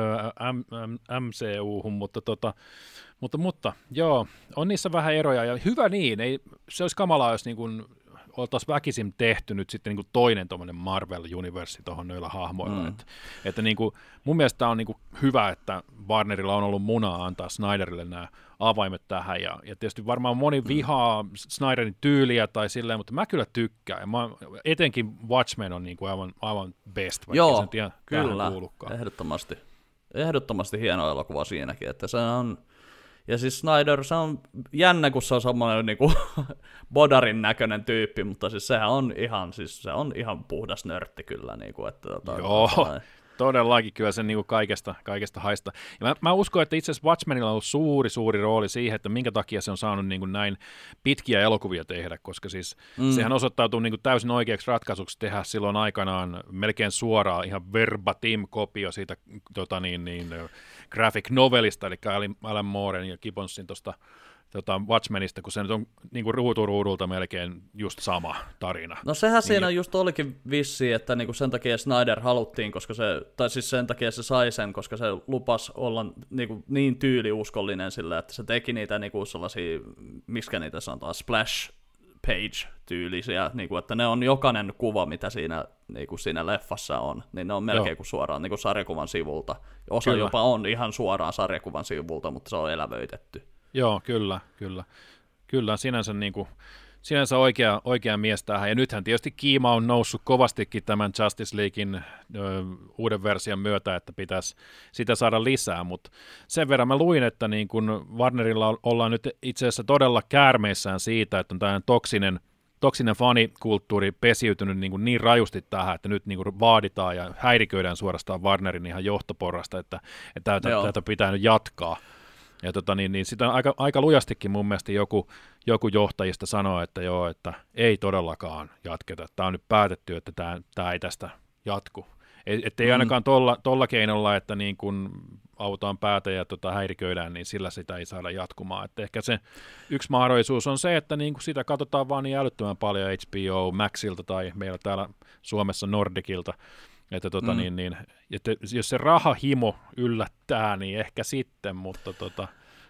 äh, M C U-hun, mutta tota, mutta, mutta joo, on niissä vähän eroja, ja hyvä niin, ei, se olisi kamalaa, jos niin kuin oltaisiin väkisin tehty nyt sitten niin kuin toinen tuommoinen Marvel-universi tuohon noilla hahmoilla. Mm. Että, että niin kuin, mun mielestä on niin kuin hyvä, että Warnerilla on ollut munaa antaa Snyderille nämä avaimet tähän, ja, ja tietysti varmaan moni vihaa mm. Snyderin tyyliä tai silleen, mutta mä kyllä tykkään, ja mä, etenkin Watchmen on niin kuin aivan, aivan best, vaikka joo, sen tiedä, kyllä, ehdottomasti. Ehdottomasti hieno elokuva siinäkin, että se on. Ja siis Snyder, se on jännä, kun se on semmoinen niinku bodarin näköinen tyyppi, mutta siis sehän on ihan, siis se on ihan puhdas nörtti kyllä. Niinku, että, tota, joo, tota, todellakin kyllä se niinku kaikesta, kaikesta haista. Ja mä, mä uskon, että itse asiassa Watchmenilla on ollut suuri, suuri rooli siihen, että minkä takia se on saanut niinku näin pitkiä elokuvia tehdä, koska siis mm. sehän osoittautuu niinku täysin oikeaksi ratkaisuksi tehdä silloin aikanaan melkein suoraan ihan verbatim kopio siitä tota niin, niin, graphic novelista, eli Alan Mooren ja Gibbonsin tuosta tota Watchmenista, kun se nyt on niinku ruutu ruudulta melkein just sama tarina. No sehän niin, siinä just olikin vissi, että niinku sen takia Snyder haluttiin, koska se, tai siis sen takia se sai sen, koska se lupasi olla niinku niin tyyliuskollinen sillä, että se teki niitä niinku sellaisia, miskä niitä sanotaan, splash page-tyylisiä, niinku, että ne on jokainen kuva, mitä siinä, niinku siinä leffassa on, niin ne on melkein Joo. kuin suoraan niinku sarjakuvan sivulta. Osa Kyllä. jopa on ihan suoraan sarjakuvan sivulta, mutta se on elävöitetty. Joo, kyllä, kyllä. Kyllä, sinänsä, niin kuin, sinänsä oikea, oikea mies tähän. Ja nythän tietysti kiima on noussut kovastikin tämän Justice Leaguein ö, uuden version myötä, että pitäisi sitä saada lisää. Mutta sen verran mä luin, että niin kun Warnerilla ollaan nyt itse asiassa todella käärmeissään siitä, että on tämmöinen toksinen, toksinen fanikulttuuri pesiytynyt niin, kuin niin rajusti tähän, että nyt niin kuin vaaditaan ja häiriköidään suorastaan Warnerin ihan johtoporrasta, että, että tätä, tätä pitää nyt jatkaa. Ja tota, niin, niin sitä aika, aika lujastikin mun mielestä joku, joku johtajista sanoo, että joo, että ei todellakaan jatketa. Tämä on nyt päätetty, että tämä, tämä ei tästä jatku. Että ei mm. ainakaan tolla, tolla keinolla, että niin kun autaan päätä ja tota häiriköidään, niin sillä sitä ei saada jatkumaan. Et ehkä se yksi mahdollisuus on se, että niin kun sitä katsotaan vaan niin älyttömän paljon H B O Maxilta tai meillä täällä Suomessa Nordicilta. Että, tota, mm. niin, niin, että jos se rahahimo yllättää, niin ehkä sitten, mutta... Tota,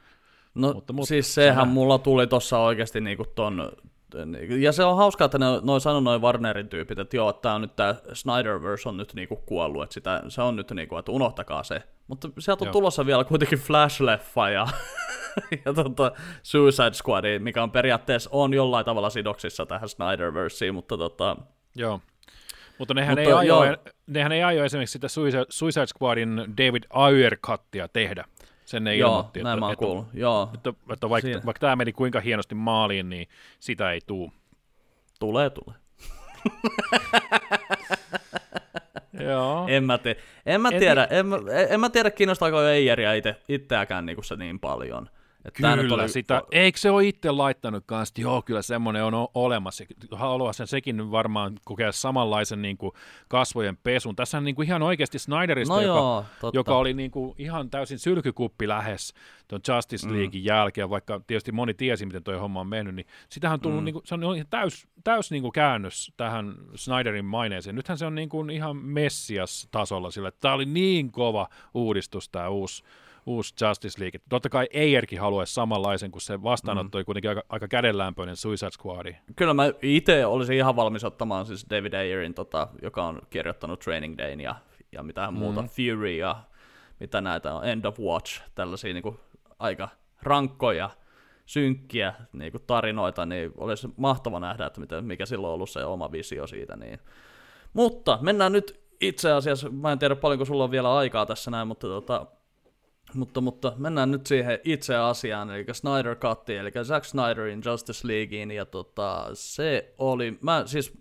no mutta, mutta, siis sehän se mulla tuli tuossa oikeasti niinku ton... Ja se on hauskaa, että ne noin sanoi noin Warnerin tyypit, että joo, että tää on nyt tää Snyderverse on nyt niinku kuollut, että sitä, se on nyt niinku, että unohtakaa se. Mutta sieltä on joo. tulossa vielä kuitenkin Flash-leffa ja, ja tota Suicide Squad, mikä on periaatteessa on jollain tavalla sidoksissa tähän Snyderverseen, mutta tota... Joo. Mutta nehän, Mutta, ei aio, nehän ei aio esimerkiksi sitä Suicide, Suicide Squadin David Ayer-cuttia tehdä. Sen ne Joo, ilmoitti, näin että, mä oon että, kuullut. Joo. Että, että, että vaikka, vaikka tämä meni kuinka hienosti maaliin, niin sitä ei tuu. Tulee, tulee. Joo. En mä, te- en mä En tiedä, en, mä, en mä tiedä kiinnostaako Eijeriä ite, itseäkään niinku se niin paljon. Että tää nyt Kyllä, oli... sitä, eikö se ole itse laittanut kanssa, että joo, kyllä semmoinen on o- olemassa. Haluaa sen sekin varmaan kokea samanlaisen niin kuin kasvojen pesun. Tässä on niin kuin ihan oikeasti Snyderista, No joka, joo, joka oli niin kuin ihan täysin sylkykuppi lähes tuon Justice Leaguein mm. jälkeen, vaikka tietysti moni tiesi, miten tuo homma on mennyt, niin sitähän on tullut, mm. niin kuin, se on ihan täys, täys niin kuin käännös tähän Snyderin maineeseen. Nythän se on niin kuin ihan Messias-tasolla sillä, että tämä oli niin kova uudistus, tämä uusi uusi Justice League. Totta kai Eyerkin haluaisi samanlaisen, kun se vastaanottoi mm. kuitenkin aika, aika kädenlämpöinen Suicide Squad. Kyllä mä itse olisin ihan valmis ottamaan siis David Ayerin, tota, joka on kirjoittanut Training Dayn ja, ja mitään mm. muuta, Fury ja mitä näitä on, End of Watch, tällaisia niin kuin aika rankkoja, synkkiä niin kuin tarinoita, niin olisi mahtava nähdä, että miten, mikä silloin on ollut se oma visio siitä. Niin. Mutta mennään nyt itse asiassa, mä en tiedä paljonko sulla on vielä aikaa tässä näin, mutta tota, Mutta, mutta mennään nyt siihen itse asiaan, eli Snyder Cuttiin, eli Zack Snyderin Justice Leaguein, ja tota, se oli, mä siis,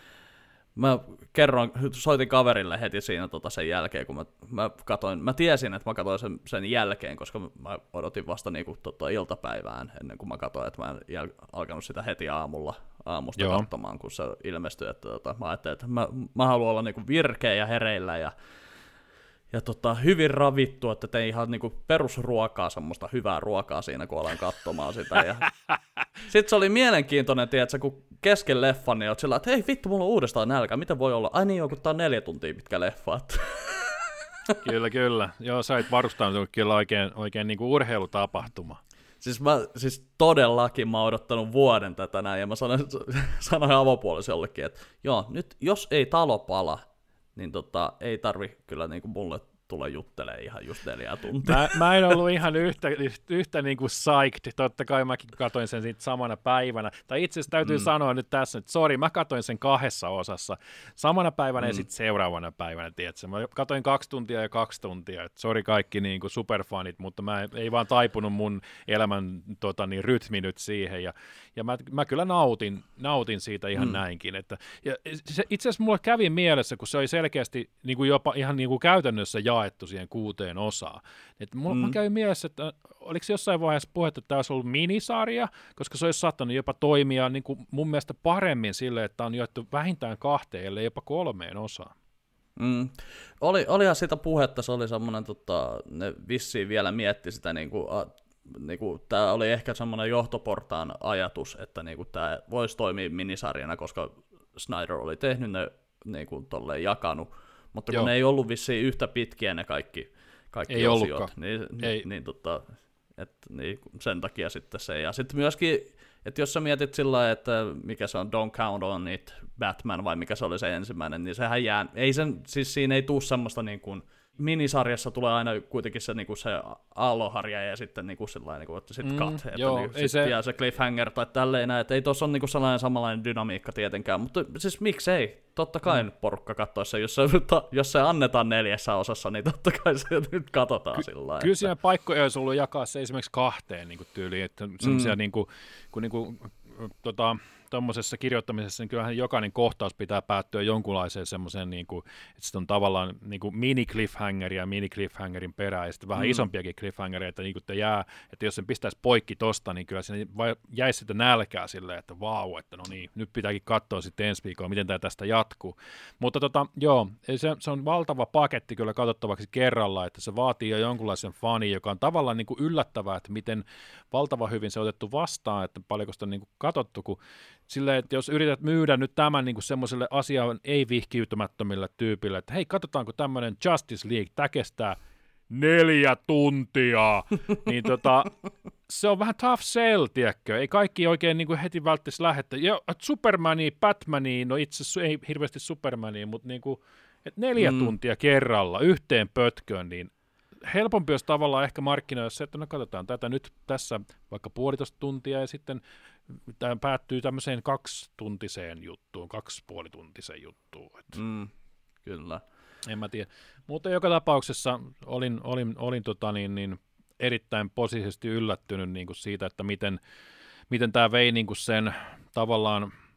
mä kerron, soitin kaverille heti siinä tota sen jälkeen, kun mä, mä katoin, mä tiesin, että mä katoin sen, sen jälkeen, koska mä odotin vasta niinku tota iltapäivään, ennen kuin mä katoin, että mä en jäl- alkanut sitä heti aamulla, aamusta Joo. katsomaan, kun se ilmestyi, että tota, mä ajattelin, että mä, mä haluan olla niinku virkeä ja hereillä, ja Ja tota, hyvin ravittu, että tein ihan niinku perusruokaa, semmoista hyvää ruokaa siinä, kun alan katsomaan sitä. Ja sitten se oli mielenkiintoinen, tiedätkö, kun kesken leffan, niin oot sillä, että hei vittu, mulla on uudestaan nälkä, miten voi olla? Ai niin joo, kun tää on neljä tuntia pitkä leffa. Kyllä, kyllä. Joo, sä oot varustanut kyllä oikein, oikein niinku urheilutapahtuma. Siis, mä, siis todellakin mä oon odottanut vuoden tätä näin, ja mä sanoin, sanoin avopuolisellekin, että joo, nyt jos ei talo pala, niin tota, ei tarvi kyllä niinku mulle tulla juttelemaan ihan just neljää tuntia. Mä, mä en ollut ihan yhtä, yhtä niin kuin psyched, totta kai mäkin katoin sen siitä samana päivänä. Tai itse asiassa täytyy mm. sanoa nyt tässä, että sori, mä katoin sen kahdessa osassa. Samana päivänä mm. ja sitten seuraavana päivänä, tiedätkö. Mä katoin kaksi tuntia ja kaksi tuntia. Et sori kaikki niin kuin superfanit, mutta mä ei vaan taipunut mun elämän tota, niin, rytmi nyt siihen. Ja, ja mä, mä kyllä nautin, nautin siitä ihan mm. näinkin. Että, ja se, itse asiassa mulla kävi mielessä, kun se oli selkeästi niin kuin jopa ihan niin kuin käytännössä jaettu siihen kuuteen osaan. Et mulla mm. kävi mielessä, että oliko jossain vaiheessa puhetta, että tämä olisi ollut minisarja, koska se olisi saattanut jopa toimia niin kuin mun mielestä paremmin silleen, että on jaettu vähintään kahteen, ellei jopa kolmeen osaan. Mm. Oli, olihan sitä puhetta, se oli semmoinen, tota, ne vissiin vielä mietti sitä, niin kuin, a, niin kuin, tämä oli ehkä semmoinen johtoportaan ajatus, että niin kuin, tämä voisi toimia minisarjana, koska Snyder oli tehnyt ne niin kuin, tolleen jakanut, mutta kun Joo. ne ei ollut vissiin yhtä pitkiä ne kaikki, kaikki ei osiot, niin, ei. niin, tota, et, niin sen takia sitten se. Ja sitten myöskin, että jos sä mietit sillä lailla, että mikä se on Don't Count on It, Batman, vai mikä se oli se ensimmäinen, niin sehän jää, ei sen, siis siinä ei tule semmoista niin kuin, minisarjassa tulee aina kuitenkin se, niinku se aalloharja ja sitten niinku sellainen, niinku, että sitten mm, cut, että joo, niinku, sit se... jää se cliffhanger tai tälleen näin, että ei tuossa ole niinku sellainen samanlainen dynamiikka tietenkään, mutta siis miksei, totta kai mm. nyt porukka katsoisi se, jos se, jos se annetaan neljässä osassa, niin totta kai se nyt katsotaan Ky- sillä lailla. Kyllä siinä paikkoja olisi ollut jakaa se esimerkiksi kahteen niinku tyyliin, että semmoisia mm. niinku, kun niinku, tota, tuommoisessa kirjoittamisessa, niin kyllähän jokainen kohtaus pitää päättyä jonkunlaiseen semmoiseen, niin kuin, että sitten on tavallaan niin kuin mini-cliffhanger ja mini-cliffhangerin perään, ja sitten vähän mm. isompiakin cliffhangereita, niin kuin te jää, että jos sen pistäisi poikki tosta, niin kyllä siinä jäisi sitten nälkää silleen, että vau, että no niin, nyt pitääkin katsoa sitten ensi viikolla, miten tämä tästä jatkuu. Mutta tota, joo, se, se on valtava paketti kyllä katsottavaksi kerralla, että se vaatii jo jonkunlaisen fanin, joka on tavallaan niin kuin yllättävää, että miten valtava hyvin se on otettu vastaan, että paljonko sitä on niin kuin katsottu, kun silleen, että jos yrität myydä nyt tämän niin kuin semmoiselle asiaan ei-vihkiytymättömille tyypille, että hei, katsotaanko tämmöinen Justice League, tämä kestää neljä tuntia, niin tota, se on vähän tough sell, tiedätkö? Ei kaikki oikein niin kuin heti välttäisi lähettää. Ja Supermania, Batmania, no itse asiassa ei hirveästi Supermania, mutta niin kuin, että neljä mm. tuntia kerralla yhteen pötköön, niin helpompi olisi tavallaan ehkä markkinoida se, että no katsotaan tätä nyt tässä vaikka puolitoista tuntia ja sitten tämä päättyy tämmöiseen kaksituntiseen juttuun, kaksipuolituntiseen juttuun. Mm, kyllä. En mä tiedä. Mutta joka tapauksessa olin, olin, olin tota niin, niin erittäin positiivisesti yllättynyt niin kuin siitä, että miten, miten tämä vei niin kuin sen tavallaan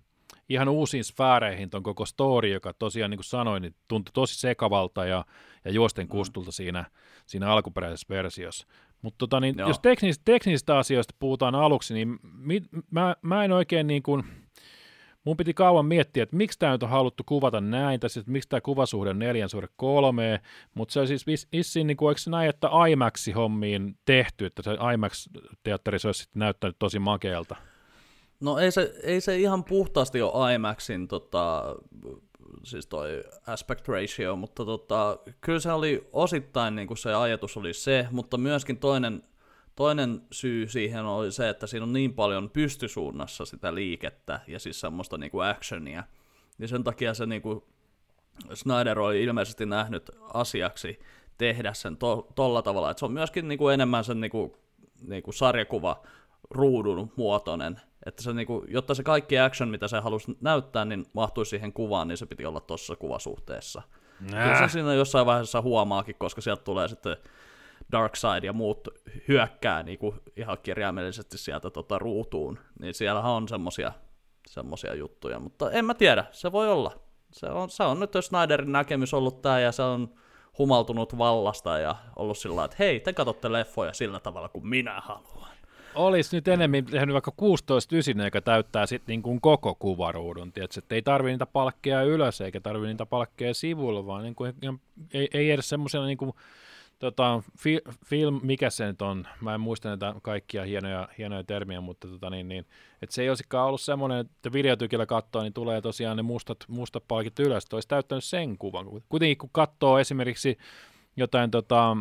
ihan uusiin sfääreihin ton koko story, joka tosiaan niin kuin sanoin, niin tuntui tosi sekavalta ja, ja juosten kustulta mm. siinä, siinä alkuperäisessä versiossa. Mutta tota, niin, jos teknis, teknisistä asioista puhutaan aluksi, niin mi, mä, mä en oikein niin kuin, mun piti kauan miettiä, että miksi tämä nyt on haluttu kuvata näin, tai siis, miksi tämä kuvasuhde on neljän suhde kolmeen, mutta se on siis vissiin, niin kuin, eikö se näin, että IMAX-hommiin tehty, että se IMAX-teatterissa olisi sitten näyttänyt tosi makealta? No ei se, ei se ihan puhtaasti ole IMAXin tota, siis toi aspect ratio, mutta tota, kyllä se oli osittain niin kuin se ajatus oli se, mutta myöskin toinen, toinen syy siihen oli se, että siinä on niin paljon pystysuunnassa sitä liikettä ja siis semmoista niin kuin actionia, niin sen takia se niin kuin Snyder oli ilmeisesti nähnyt asiaksi tehdä sen to, tolla tavalla, että se on myöskin niin kuin enemmän sen niin kuin, niin kuin sarjakuva ruudun muotoinen, että se, niin kuin, jotta se kaikki action, mitä se halusi näyttää, niin mahtuisi siihen kuvaan, niin se piti olla tuossa kuvasuhteessa. Nää. Kyllä se siinä jossain vaiheessa huomaakin, koska sieltä tulee sitten Darkseid ja muut hyökkää niin kuin ihan kirjaimellisesti sieltä tota ruutuun, niin siellähän on semmosia, semmosia juttuja, mutta en mä tiedä, se voi olla. Se on, se on nyt Snyderin näkemys ollut tää, ja se on humaltunut vallasta ja ollut sillä lailla, että hei, te katsotte leffoja sillä tavalla kuin minä haluan. Olisi nyt enemmän tehnyt vaikka kuusitoista yhdeksän, joka täyttää sitten niin kuin koko kuvaruudun, tietysti, että ei tarvitse niitä palkkeja ylös eikä tarvitse niitä palkkeja sivulla, vaan niin kuin, ei, ei edes semmoisena niin kuin, tota, fi, film, mikä se nyt on, mä en muista näitä kaikkia hienoja, hienoja termiä, mutta tota, niin, niin, että se ei olisikaan ollut semmoinen, että videotykillä katsoo, niin tulee tosiaan ne mustat, mustat palkit ylös, että olisi täyttänyt sen kuvan. Kuitenkin kun katsoo esimerkiksi jotain tota,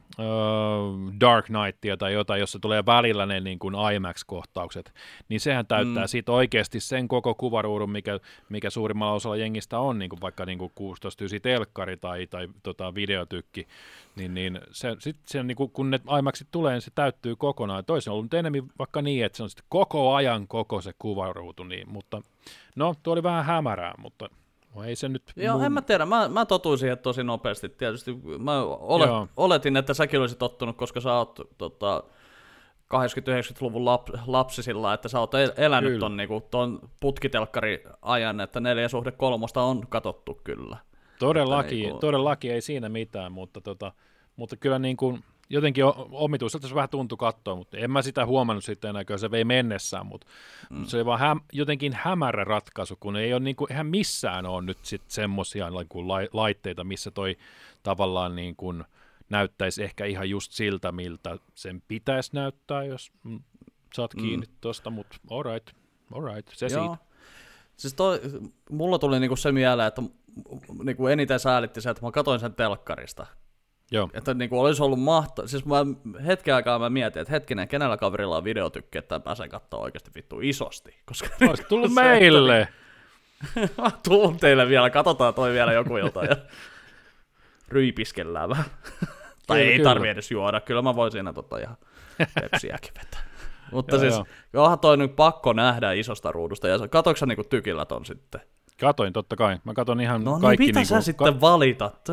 Dark Knightia tai jotain, jossa tulee välillä ne niin kuin IMAX-kohtaukset, niin sehän täyttää mm. siitä oikeasti sen koko kuvaruudun, mikä, mikä suurimmalla osalla jengistä on, niin kuin vaikka niin kuin kuusitoista yhdeksän telkkari tai, tai tota, videotykki, niin, niin se, sit se, niin kuin, kun ne IMAXit tulee, niin se täyttyy kokonaan. Toisin on ollut enemmän vaikka niin, että se on sitten koko ajan koko se kuvaruutu, niin, mutta no, tuo oli vähän hämärää, mutta no ei se nyt Joo, mun... en mä tiedä. Mä, mä totuin siihen tosi nopeasti. Tietysti mä olet, oletin, että säkin olisit tottunut, koska sä oot tota, kahdeksankymmentä-yhdeksänkymmentäluvun lap, lapsi sillä, että sä oot elänyt kyllä. ton, niinku, ton putkitelkkari-ajan, että neljä suhde kolmosta on katsottu kyllä. Todellakin, niinku... todellakin ei siinä mitään, mutta, tota, mutta kyllä niin kuin jotenkin omituiselta se vähän tuntui katsoa, mutta en mä sitä huomannut sitten enää, kun se vei mennessään, mutta mm. se oli vaan häm, jotenkin hämärä ratkaisu, kun ei ole niin kuin, eihän missään ole nyt sitten semmoisia niin laitteita, missä toi tavallaan niin kuin näyttäisi ehkä ihan just siltä, miltä sen pitäisi näyttää, jos saat kiinni mm. tuosta, mutta all right, all right, se Joo. siitä. Siis toi, mulla tuli niinku se mieleen, että niinku eniten säälitti se, että mä katsoin sen telkkarista. Joo. Että niinku olisi ollut mahtavaa, siis mä hetken aikaa mä mietin, että hetkinen, kenellä kaverilla on videotykki, että pääsee katsoa oikeasti vittu isosti. Koska olisi tullut meille. Mä tuun teille vielä, katsotaan toi vielä joku ilta ja ryypiskellään vähän. Tai kyllä, ei kyllä. tarvi edes juoda, kyllä mä voin siinä tota ihan pepsiäkin vetää. Mutta joo, siis joo. onhan toi nyt pakko nähdä isosta ruudusta, ja katoinko sä niinku tykillä ton sitten? Katoin, totta kai. Mä katon ihan no, kaikki. No mitä niinku... sä sitten ka- valitat?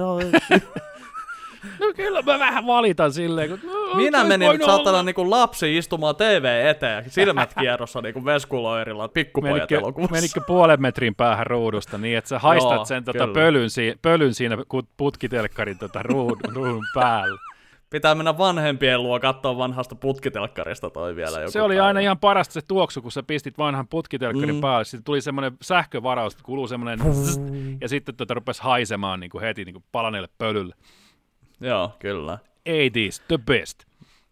No kyllä mä vähän valitan silleen, kun... No, minä menin nyt saatana niinku lapsi istumaan T V eteen, silmät kierrossa niinku veskuloirilla, pikkupojat elokuvassa. Menikö puolen metrin päähän ruudusta niin, että sä haistat Joo, sen tota pölyn, si- pölyn siinä putkitelkkarin tota ruudun, ruudun päällä. Pitää mennä vanhempien luo katsoa vanhasta putkitelkkarista toi vielä joku Se oli päivä. aina ihan parasta se tuoksu, kun sä pistit vanhan putkitelkkarin mm. päälle. Sitten tuli semmoinen sähkövaraus, että kuluu semmoinen zzz, ja sitten tota rupesi haisemaan niin kuin heti niin kuin palaneelle pölylle. Joo, kyllä. eighties, the best.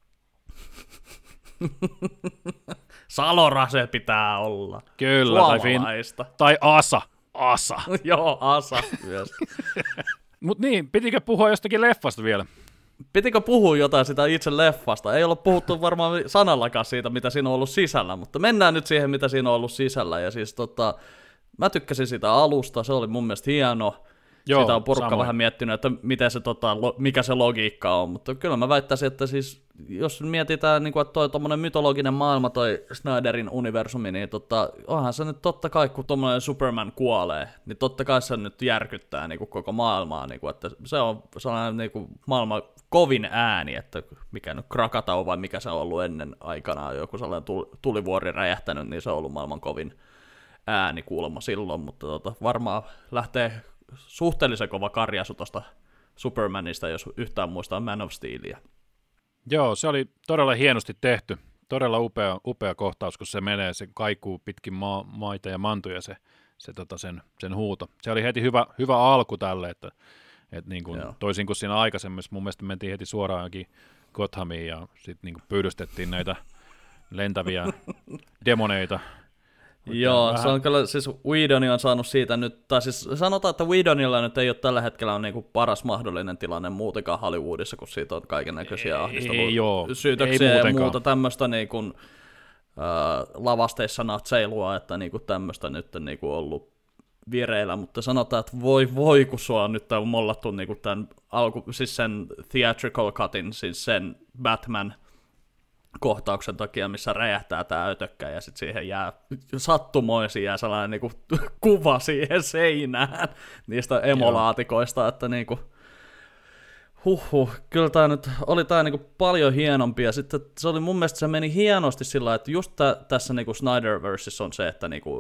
Salorase pitää olla. Kyllä. Tai, fin- tai Asa. Asa. Joo, Asa myös. Mut niin, pitikö puhua jostakin leffasta vielä? Pitikö puhua jotain sitä itse leffasta? Ei ole puhuttu varmaan sanallakaan siitä, mitä siinä on ollut sisällä, mutta mennään nyt siihen, mitä siinä on ollut sisällä. Ja siis tota, mä tykkäsin sitä alusta, se oli mun mielestä hieno. Joo, sitä on porukka samoin. Vähän miettinyt, että miten se, tota, mikä se logiikka on, mutta kyllä mä väittäisin, että siis, jos mietitään, niin kuin, että toi tommonen mytologinen maailma, toi Snyderin universumi, niin tota, onhan se nyt totta kai, kun tommonen Superman kuolee, niin totta kai se nyt järkyttää niin kuin koko maailmaa, niin kuin, että se on sellainen niin kuin maailman kovin ääni, että mikä nyt Krakatau vai mikä se on ollut ennen aikanaan, joku sellainen tulivuori räjähtänyt, niin se on ollut maailman kovin äänikulma silloin, mutta tota, varmaan lähtee suhteellisen kova karjaisu tuosta Supermanista, jos yhtään muistaa Man of Steelia. Joo, se oli todella hienosti tehty. Todella upea, upea kohtaus, kun se menee, se kaikuu pitkin maa, maita ja mantuja se, se tota sen, sen huuto. Se oli heti hyvä, hyvä alku tälle, että, että niin kuin, toisin kuin siinä aikaisemmin, mun mielestä mentiin heti suoraan johonkin Gothamiin ja sitten niin kuin pyydystettiin näitä lentäviä demoneita. Joo, vähän... se on kyllä, siis Whedon on saanut siitä nyt, tai siis sanotaan, että Whedonilla nyt ei ole tällä hetkellä on niinku paras mahdollinen tilanne muutenkaan Hollywoodissa, kun siitä on kaikennäköisiä ahdistelusyytöksiä ja muuta tämmöistä niinku, äh, lavasteissa natseilua, että niinku tämmöistä nyt on niinku ollut vireillä, mutta sanotaan, että voi voi, kun sua on nyt on mollattu niinku tämän alku, siis sen theatrical cutin, siis sen Batman kohtauksen takia, missä räjähtää tää ötökkä ja sitten siihen jää sattumoisin jää sellainen niinku kuva siihen seinään niistä emolaatikoista, että niinku huhhuh, kyllä tää nyt oli tää niinku paljon hienompi ja sitten se oli mun mielestä se meni hienosti sillä, että just tä, tässä niinku Snyderversissä on se, että niinku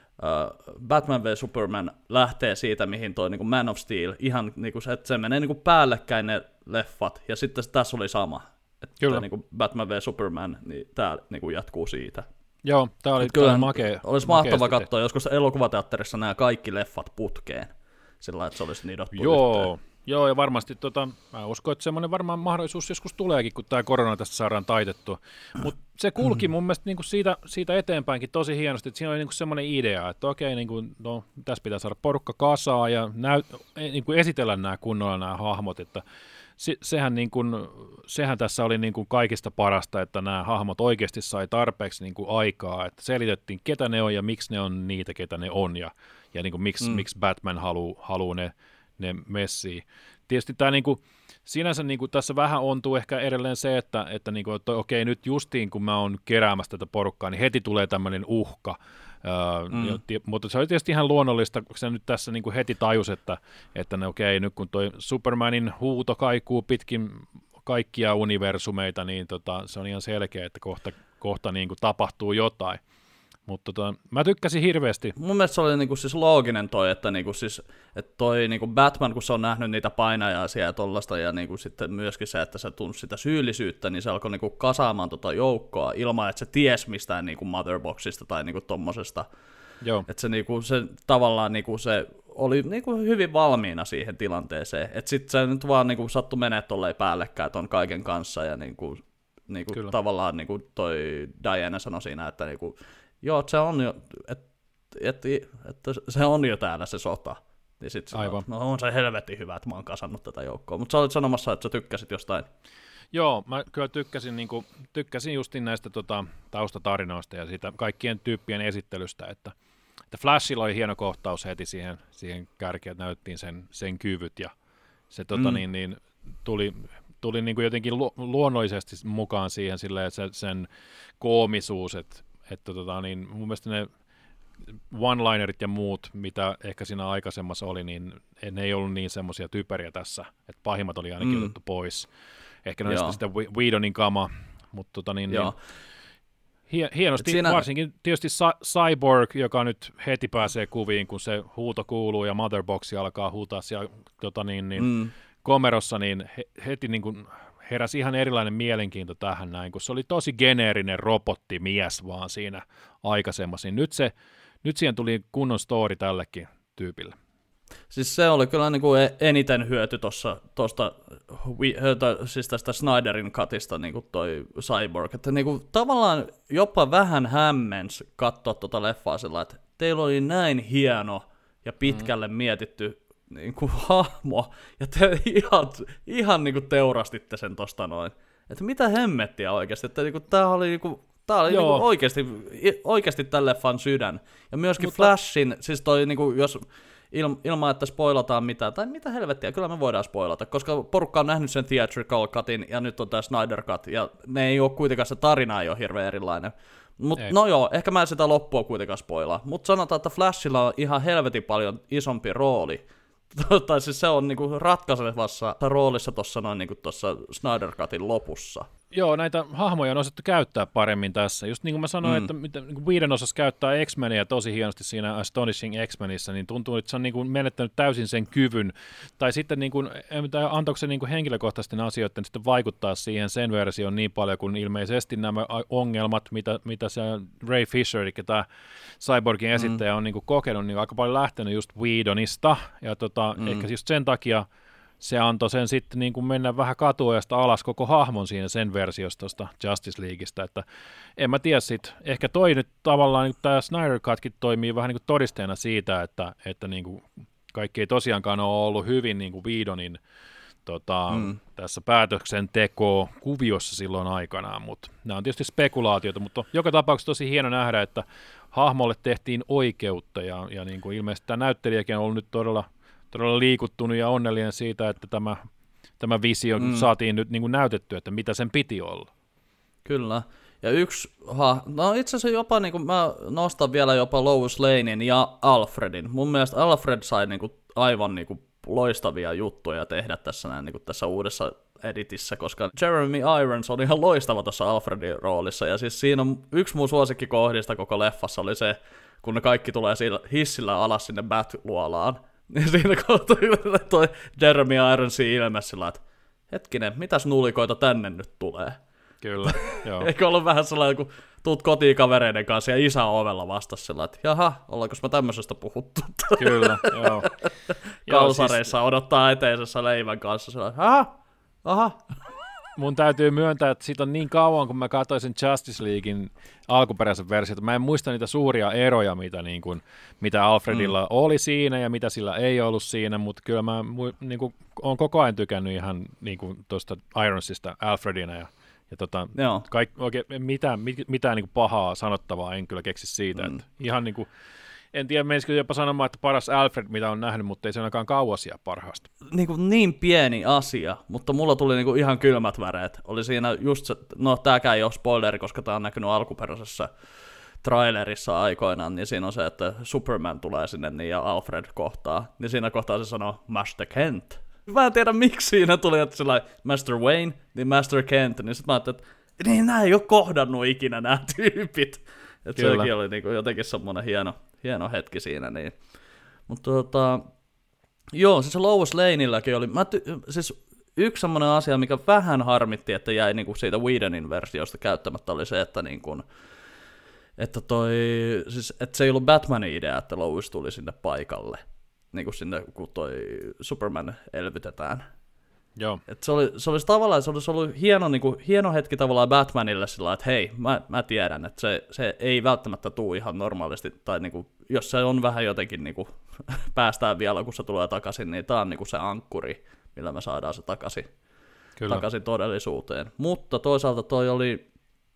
uh, Batman v Superman lähtee siitä, mihin toi niinku Man of Steel, ihan niinku se, että se menee niinku päällekkäin ne leffat ja sitten tässä oli sama. Että niin kuin Batman v Superman, niin tämä niin kuin jatkuu siitä. Joo, tämä oli kyllä makea. Olisi mahtavaa katsoa joskus elokuvateatterissa nämä kaikki leffat putkeen, sillä että se olisi nidottu Joo, yhteen. Joo, ja varmasti tota, mä uskon, että semmoinen varmaan mahdollisuus joskus tuleekin, kun tämä korona tästä saadaan taitettua. Mutta se kulki mun mielestä niinku siitä, siitä eteenpäinkin tosi hienosti, että siinä oli niinku semmoinen idea, että okei, niinku, no, tässä pitää saada porukka kasaa ja näyt, niinku esitellä nämä kunnolla nämä hahmot, että Se, sehän, niin kuin, sehän tässä oli niin kuin kaikista parasta, että nämä hahmot oikeasti sai tarpeeksi niin kuin aikaa, että selitettiin, ketä ne on ja miksi ne on niitä, ketä ne on, ja, ja niin kuin miksi, mm. miksi Batman haluaa haluu ne, ne messiä. Tietysti tämä niin kuin, sinänsä niin kuin tässä vähän ontuu ehkä edelleen se, että, että, niin kuin, että okei, nyt justiin kun mä oon keräämässä tätä porukkaa, niin heti tulee tämmöinen uhka. Uh, mm. ja, mutta se oli tietysti ihan luonnollista, kun se nyt tässä niin kuin heti tajus, että, että ne, okei, nyt kun toi Supermanin huuto kaikuu pitkin kaikkia universumeita, niin tota, se on ihan selkeä, että kohta, kohta niin kuin tapahtuu jotain. Mutta tota, mä tykkäsin hirveästi. Mun mielestä se oli niinku siis looginen toi, että, niinku siis, että toi niinku Batman, kun se on nähnyt niitä painajaisia ja tollaista, ja niinku sitten myöskin se, että se tunsi sitä syyllisyyttä, niin se alkoi niinku kasaamaan tota joukkoa ilman, että se ties mistään niinku Motherboxista tai niinku tommosesta. Joo. Että se, niinku, se tavallaan niinku se oli niinku hyvin valmiina siihen tilanteeseen. Että sitten se nyt vaan niinku sattui menee tolleen päällekkäin ton kaiken kanssa, ja niinku, niinku tavallaan niinku toi Diana sanoi siinä, että niinku, joo, se on jo, että et, et, se on jo täällä se sota. Niin sit Aivan. Sanot, no on se helvetin hyvä, että mä oon kasannut tätä joukkoa. Mutta sä olit sanomassa, että sä tykkäsit jostain. Joo, mä kyllä tykkäsin, niin kuin, tykkäsin justin näistä tota, taustatarinoista ja siitä kaikkien tyyppien esittelystä, että, että Flashilla oli hieno kohtaus heti siihen, siihen kärkeen, että näyttiin sen, sen kyvyt ja se tota, mm. niin, niin, tuli... tuli niin kuin jotenkin lu- luonnollisesti mukaan siihen silleen, että se, sen koomisuus, että että tota, niin mun mielestä ne one-linerit ja muut, mitä ehkä siinä aikaisemmassa oli, niin ne ei ollut niin semmoisia typeriä tässä, että pahimmat oli ainakin mm. otettu pois. Ehkä ne oli sitä Whedonin kama, mutta tota, niin, niin, hie- hienosti, siinä... varsinkin tietysti Cyborg, joka nyt heti pääsee kuviin, kun se huuto kuuluu ja Motherbox alkaa huutaa siellä tota, niin, niin, mm. komerossa, niin he, heti niin kuin heräsi ihan erilainen mielenkiinto tähän näin, kun se oli tosi geneerinen robottimies vaan siinä aikaisemmassa, niin nyt, se, nyt siihen tuli kunnon story tällekin tyypille. Siis se oli kyllä niin kuin eniten hyöty tuossa, tosta, siis tästä Snyderin cutista niin kuin toi Cyborg, että niin kuin tavallaan jopa vähän hämmens katsoa tuota leffaa sillä, että teillä oli näin hieno ja pitkälle mm. mietitty niin kuin hahmo, ja te ihan, ihan niin kuin teurastitte sen tosta noin. Että mitä hemmettiä oikeasti, että niin kuin, tää oli, niin kuin, tää oli niin kuin oikeasti, oikeasti tämän leffan sydän. Ja myöskin Mutta... Flashin, siis toi, niin kuin, jos il, ilman, että spoilataan mitään, tai mitä helvettiä, kyllä me voidaan spoilata, koska porukka on nähnyt sen theatrical cutin, ja nyt on tää Snyder cut, ja ne ei ole kuitenkaan, se tarina ei ole hirveän erilainen. Mut, no joo, ehkä mä en sitä loppua kuitenkaan spoilaa, mutta sanotaan, että Flashilla on ihan helvetin paljon isompi rooli. Tai siis se on niinku ratkaisevassa roolissa tuossa noin niinku tuossa Snyder Cutin lopussa. joo, näitä hahmoja on osattu käyttää paremmin tässä. Just niin kuin mä sanoin, mm. että mitä, niin kuin Whedon osasi käyttää X-Meniä tosi hienosti siinä Astonishing X-Menissä, niin tuntuu, että se on niin kuin menettänyt täysin sen kyvyn. Tai sitten niin kuin, antoiko se niin kuin henkilökohtaisten asioiden sitten vaikuttaa siihen sen versioon niin paljon, kun ilmeisesti nämä ongelmat, mitä, mitä se Ray Fisher, eli tämä Cyborgin esittäjä, mm. on niin kuin kokenut, niin aika paljon lähtenyt just Whedonista. Ja tota, mm. ehkä just sen takia se antoi sen sitten niin kuin mennä vähän katuojasta alas koko hahmon siinä sen versiosta tuosta Justice Leagueista, että en mä tiedä sit, ehkä toi nyt tavallaan niin tämä Snyder Cutkin toimii vähän niin kuin todisteena siitä, että, että niin kuin kaikki ei tosiaankaan ole ollut hyvin niin kuin Whedonin tota, mm. tässä päätöksenteko-kuviossa silloin aikanaan, mutta nämä on tietysti spekulaatioita, mutta joka tapauksessa tosi hieno nähdä, että hahmolle tehtiin oikeutta ja, ja niin kuin ilmeisesti tämä näyttelijäkin on ollut nyt todella todella liikuttunut ja onnellinen siitä, että tämä, tämä visio mm. saatiin nyt niin kuin näytettyä, että mitä sen piti olla. Kyllä. Ja yksi, ha, no itse asiassa jopa, niin kuin mä nostan vielä jopa Lois Lanein ja Alfredin. Mun mielestä Alfred sai niin kuin aivan niin kuin loistavia juttuja tehdä tässä, näin, niin kuin tässä uudessa editissä, koska Jeremy Irons on ihan loistava tuossa Alfredin roolissa. Ja siis siinä on yksi mun suosikkikohdista koko leffassa oli se, kun ne kaikki tulee hissillä alas sinne Bat-luolaan. Niin siinä kohtaa toi Jeremy Ironsin ilme sillä, että hetkinen, mitäs nulikoita tänne nyt tulee? Kyllä, joo. Eikö ollut vähän sellainen, kun tuut kotiin kavereiden kanssa ja isä on ovella vastasi sillä, että jaha, ollaanko mä tämmöisestä puhuttu? Kyllä, joo. Kalsareissa siis odottaa eteisessä leivän kanssa sillä, että aha, aha. Mun täytyy myöntää, että siitä on niin kauan, kun mä katsoin sen Justice Leaguein alkuperäisen version, mä en muista niitä suuria eroja, mitä, niin kuin, mitä Alfredilla mm. oli siinä ja mitä sillä ei ollut siinä, mutta kyllä mä niin kuin, olen koko ajan tykännyt ihan niin kuin, tuosta Ironsista Alfredina ja, ja tota, kaik, oikein, mitään, mitään niin kuin pahaa sanottavaa en kyllä keksi siitä. Mm. Että ihan niin kuin, en tiedä, menisikö jopa sanomaan, että paras Alfred, mitä on nähnyt, mutta ei se ainakaan kauasia parhaasta. Niin, kuin niin pieni asia, mutta mulla tuli niin kuin ihan kylmät väreet. Oli siinä just se, no tääkään ei ole spoileri, koska tää on näkynyt alkuperäisessä trailerissa aikoinaan, niin siinä on se, että Superman tulee sinne niin ja Alfred kohtaa. Niin siinä kohtaa se sanoo Master Kent. Mä en tiedä, miksi siinä tuli, että sillä Master Wayne, niin Master Kent. Niin sit mä ajattelin, että niin nää ei ole kohdannut ikinä nämä tyypit. Että sekin oli niin kuin jotenkin semmoinen hieno. Hieno hetki siinä, niin. Mutta tota, joo, siis Lois Laneilläkin oli, mä ty- siis yksi semmoinen asia, mikä vähän harmitti, että jäi niinku siitä Whedonin versiosta käyttämättä, oli se, että niinku, että toi, siis, että se ei ollut Batmanin idea, että Lois tuli sinne paikalle, niinku sinne, kun toi Superman elvytetään. Joo. Et se, oli, se olisi tavallaan, se olisi ollut hieno, niin kuin, hieno hetki tavallaan Batmanille sillä, että hei, mä, mä tiedän, että se, se ei välttämättä tule ihan normaalisti, tai niin kuin, jos se on vähän jotenkin, niin kuin, päästään vielä, kun se tulee takaisin, niin tämä on niin kuin se ankkuri, millä me saadaan se takaisin, takaisin todellisuuteen. Mutta toisaalta toi oli,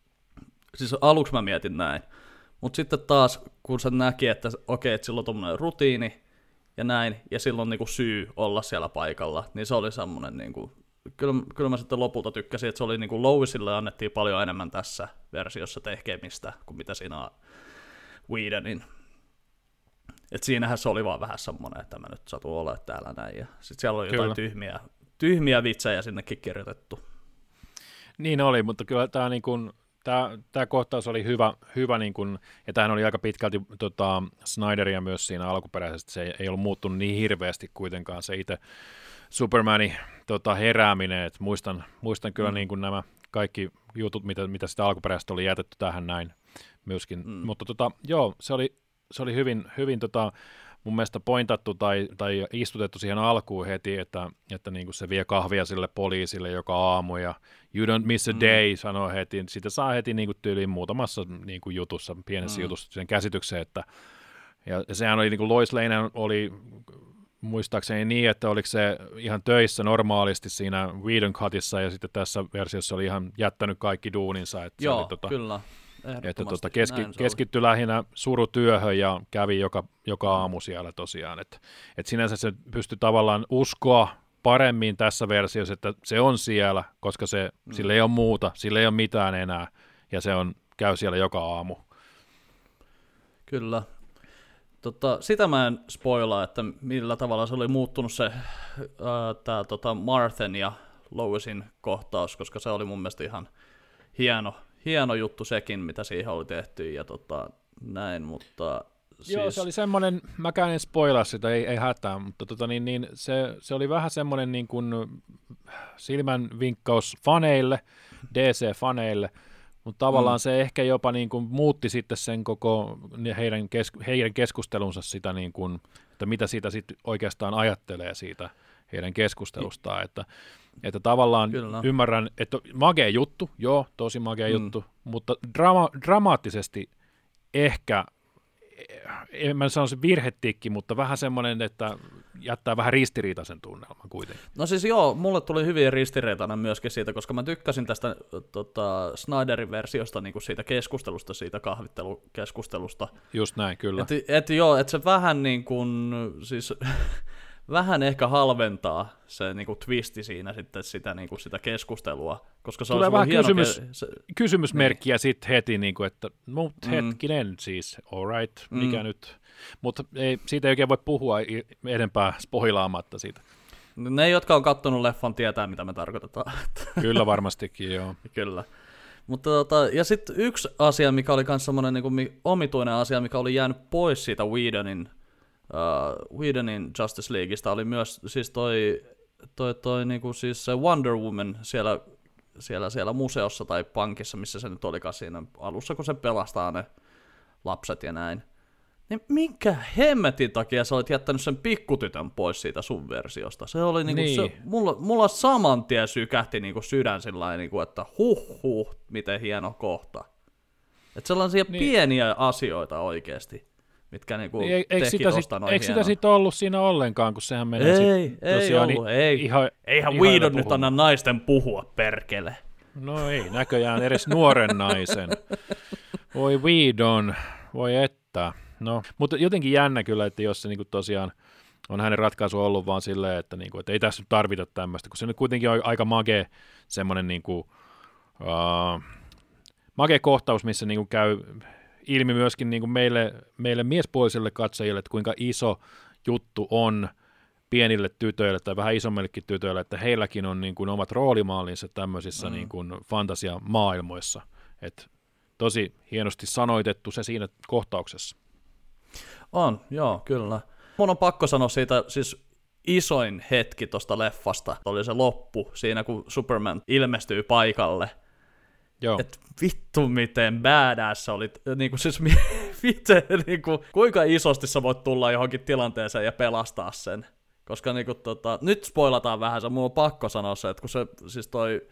siis aluksi mä mietin näin, mutta sitten taas, kun se näki, että okei, että sillä on tommoinen rutiini, ja näin, ja silloin niinku syy olla siellä paikalla, niin se oli semmoinen, niinku, kyllä, kyllä mä sitten lopulta tykkäsin, että se oli niinku Loisille annettiin paljon enemmän tässä versiossa tekemistä, kuin mitä siinä Whedonin. Että siinähän se oli vaan vähän semmoinen, että mä nyt satun olemaan täällä näin, ja sitten siellä oli jotain tyhmiä, tyhmiä vitsejä sinnekin kirjoitettu. Niin oli, mutta kyllä tämä niin kuin Tämä, tämä kohtaus oli hyvä, hyvä niin kuin, ja tämähän oli aika pitkälti tota, Snyderia myös siinä alkuperäisesti, se ei, ei ollut muuttunut niin hirveästi kuitenkaan se itse Supermanin tota, herääminen, että muistan, muistan kyllä mm. niin kuin nämä kaikki jutut, mitä, mitä sitä alkuperäisesti oli jätetty tähän näin myöskin, mm. mutta tota, joo, se oli, se oli hyvin, hyvin tota, mun mielestä pointattu tai, tai istutettu siihen alkuun heti, että, että niin kuin se vie kahvia sille poliisille joka aamu ja you don't miss a day, mm. sanoo heti. Sitä saa heti niin kuin tyyliin muutamassa niin kuin jutussa, pienessä mm. jutussa sen käsityksen, että ja sehän oli niin kuin Lois Lane oli muistaakseni niin, että oliko se ihan töissä normaalisti siinä Whedon Cutissa ja sitten tässä versiossa oli ihan jättänyt kaikki duuninsa. Että joo, se oli, tota, kyllä. Että tuota, keski, keskittyi lähinnä surutyöhön ja kävi joka, joka aamu siellä tosiaan. Että et sinänsä se pystyi tavallaan uskoa paremmin tässä versiossa, että se on siellä, koska se, mm. sillä ei ole muuta, sillä ei ole mitään enää ja se on, käy siellä joka aamu. Kyllä. Tota, sitä mä en spoilaa, että millä tavalla se oli muuttunut se ää, tää, tota Marthan ja Loisin kohtaus, koska se oli mun mielestä ihan hieno, hieno juttu sekin, mitä siihen oli tehty ja tota, näin, mutta Joo, siis... se oli semmoinen, mäkään en spoilaa sitä, ei, ei hätää, mutta tota, niin, niin, se, se oli vähän semmoinen niin kuin silmän vinkkaus faneille, D C-faneille, mutta tavallaan mm. se ehkä jopa niin kuin muutti sitten sen koko heidän, kes, heidän keskustelunsa sitä, niin kuin, että mitä siitä sitten oikeastaan ajattelee siitä heidän keskustelustaan, että, että tavallaan Kyllä. ymmärrän, että magea juttu, joo, tosi magea mm. juttu, mutta drama, dramaattisesti ehkä, en mä sanoisi virhetikki, mutta vähän semmoinen, että jättää vähän ristiriitaisen tunnelman kuitenkin. No siis joo, mulle tuli hyvin ristiriitainen myöskin siitä, koska mä tykkäsin tästä tota, Snyderin versiosta, niin kuin siitä keskustelusta, siitä kahvittelukeskustelusta. Just näin, kyllä. Että et, joo, että se vähän niin kuin, siis vähän ehkä halventaa se niin kuin twisti siinä sitten sitä, niin kuin sitä keskustelua, koska se tulee on vähän hieno kysymys, ke- se, kysymysmerkkiä niin. sitten heti, niin kuin, että mut hetkinen mm. siis, all right, mikä mm. nyt, mutta ei, siitä ei oikein voi puhua edempää spoilaamatta siitä. Ne, jotka on kattonut leffan, tietää, mitä me tarkoitetaan. Kyllä varmastikin, joo. Kyllä. Mutta tota, ja sitten yksi asia, mikä oli myös semmoinen niin kuin omituinen asia, mikä oli jäänyt pois siitä Whedonin Uh, Whedonin Justice Leagueista oli myös siis toi, toi, toi niinku siis se Wonder Woman siellä, siellä, siellä museossa tai pankissa, missä se nyt olikaan siinä alussa, kun se pelastaa ne lapset ja näin. Niin minkä hemmetin takia sä olit jättänyt sen pikkutytön pois siitä sun versiosta? Se oli niinku niin. se, mulla, mulla saman tien sykähti niinku sydän sillain, niinku, että huh huh, miten hieno kohta. Että sellaisia niin. pieniä asioita oikeesti. Mitkä niinku niin, teki sitä tosta sit, noin eikö hienon. sitä sitten ollut siinä ollenkaan, kun sehän menee Ei, sit ei tosiaan ollut, niin ei. Ihan, Eihän ihan Whedon nyt anna naisten puhua, perkele. No ei, näköjään edes nuoren naisen. Voi Whedon, voi että. No, mutta jotenkin jännä kyllä, että jos se niinku tosiaan on hänen ratkaisu ollut vaan silleen, että, niinku, että ei tässä nyt tarvita tämmöistä, kun se nyt kuitenkin on aika mage semmoinen niinku, uh, mage kohtaus, missä niinku käy ilmi myöskin niin kuin meille, meille miespuolisille katsojille, että kuinka iso juttu on pienille tytöille tai vähän isommillekin tytöille, että heilläkin on niin kuin omat roolimallinsa tämmöisissä mm. niin kuin fantasiamaailmoissa. Et tosi hienosti sanoitettu se siinä kohtauksessa. On, joo, kyllä. Mun on pakko sanoa siitä, siis isoin hetki tuosta leffasta oli se loppu, siinä kun Superman ilmestyy paikalle. Joo. Et vittu miten badass sä olit, niinku siis miten, niinku, kuinka isosti sä voit tulla johonkin tilanteeseen ja pelastaa sen. Koska niinku tota, nyt spoilataan vähän se, mun on pakko sanoa se, että kun se siis toi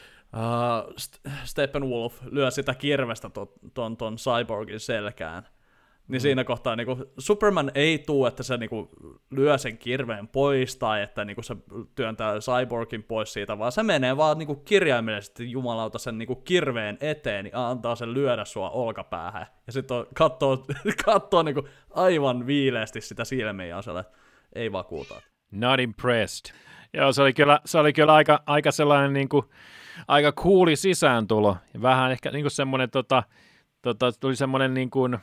uh, Steppenwolf lyö sitä kirvestä ton, ton, ton Cyborgin selkään, niin mm. siinä kohtaa niinku, Superman ei tuu, että se niinku, lyö sen kirveen pois tai että niinku, se työntää Cyborgin pois siitä, vaan se menee vaan niinku, kirjaimellisesti jumalauta sen niinku, kirveen eteen ja antaa sen lyödä sua olkapäähän. Ja sitten katsoo, katsoo niinku, aivan viileästi sitä silmiä ja on sellainen, ei vakuuta. Not impressed. Joo, se oli kyllä, se oli kyllä aika, aika sellainen niinku, aika cooli sisääntulo. Ja vähän ehkä niinku, semmoinen, tota, tota, tuli semmoinen niin kuin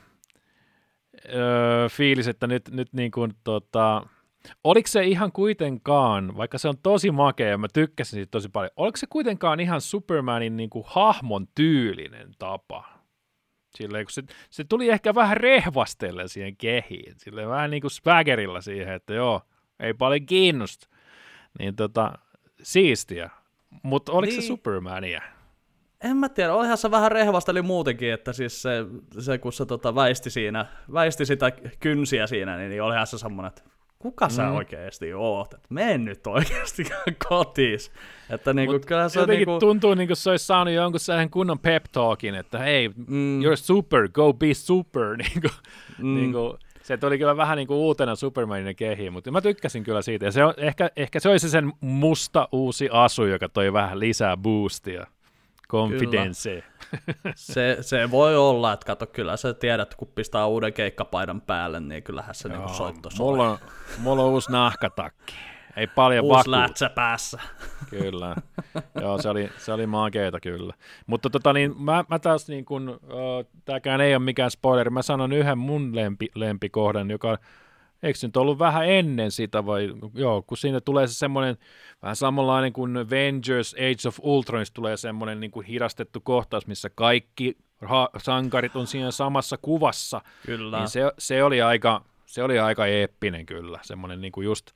Öö, fiilis, että nyt, nyt niin kuin, tota, oliko se ihan kuitenkaan, vaikka se on tosi makea ja mä tykkäsin siitä tosi paljon, oliko se kuitenkaan ihan Supermanin niin kuin hahmon tyylinen tapa? Silleen, kun se, se tuli ehkä vähän rehvastellen siihen kehiin, silleen vähän niin kuin swaggerilla siihen, että joo, ei paljon kiinnosta. Niin tota, siistiä. Mutta oliko niin. se Supermania? En mä tiedä, olihan se vähän rehvasteli muutenkin, että siis se, se kun se tota väisti siinä, väisti sitä kynsiä siinä, niin, niin olihan se semmoinen, että kuka sä mm. oikeasti oot, että mene nyt oikeasti kotiin. Että niinku, kyllä se jotenkin niinku tuntuu, niin kuin se olisi saanut jonkun sellainen kunnon pep talkin, että hei, mm. you're super, go be super. Niin kuin, mm. niin kuin, se tuli kyllä vähän niin kuin uutena Supermanin kehiin, mutta mä tykkäsin kyllä siitä. Ja se on, ehkä, ehkä se olisi sen musta uusi asu, joka toi vähän lisää boostia. Confidence. Se, se voi olla, että kato, kyllä sä tiedät, kun pistää uuden keikkapaidan päälle, niin kyllähän se niinku soitto soi. Mulla on, mulla on uusi nahkatakki. Ei paljon uusi vakuuta. lätsä päässä. Kyllä. Joo, se oli, se oli makeeta kyllä. Mutta tota niin, mä, mä taas niin kun, uh, tääkään ei ole mikään spoileri, mä sanon yhden mun lempi, lempikohdan, joka Eikö se nyt ollut vähän ennen sitä vai, joo, kun siinä tulee se semmoinen, vähän samanlainen kuin Avengers Age of Ultronista tulee semmoinen niin kuin hidastettu kohtaus, missä kaikki ha- sankarit on siinä samassa kuvassa. Kyllä. Niin se, se, oli aika, se oli aika eeppinen kyllä, semmoinen niin kuin just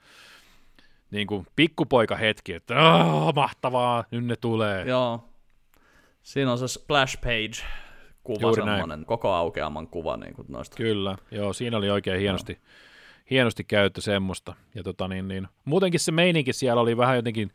niin kuin pikkupoika hetki, että mahtavaa, nyt ne tulee. Joo, siinä on se splash page kuva, Juuri semmoinen näin. koko aukeaman kuva niin kuin noista. Kyllä, joo, siinä oli oikein hienosti. No. Hienosti käyttö semmoista. Ja tota niin, niin, muutenkin se meininki siellä oli vähän jotenkin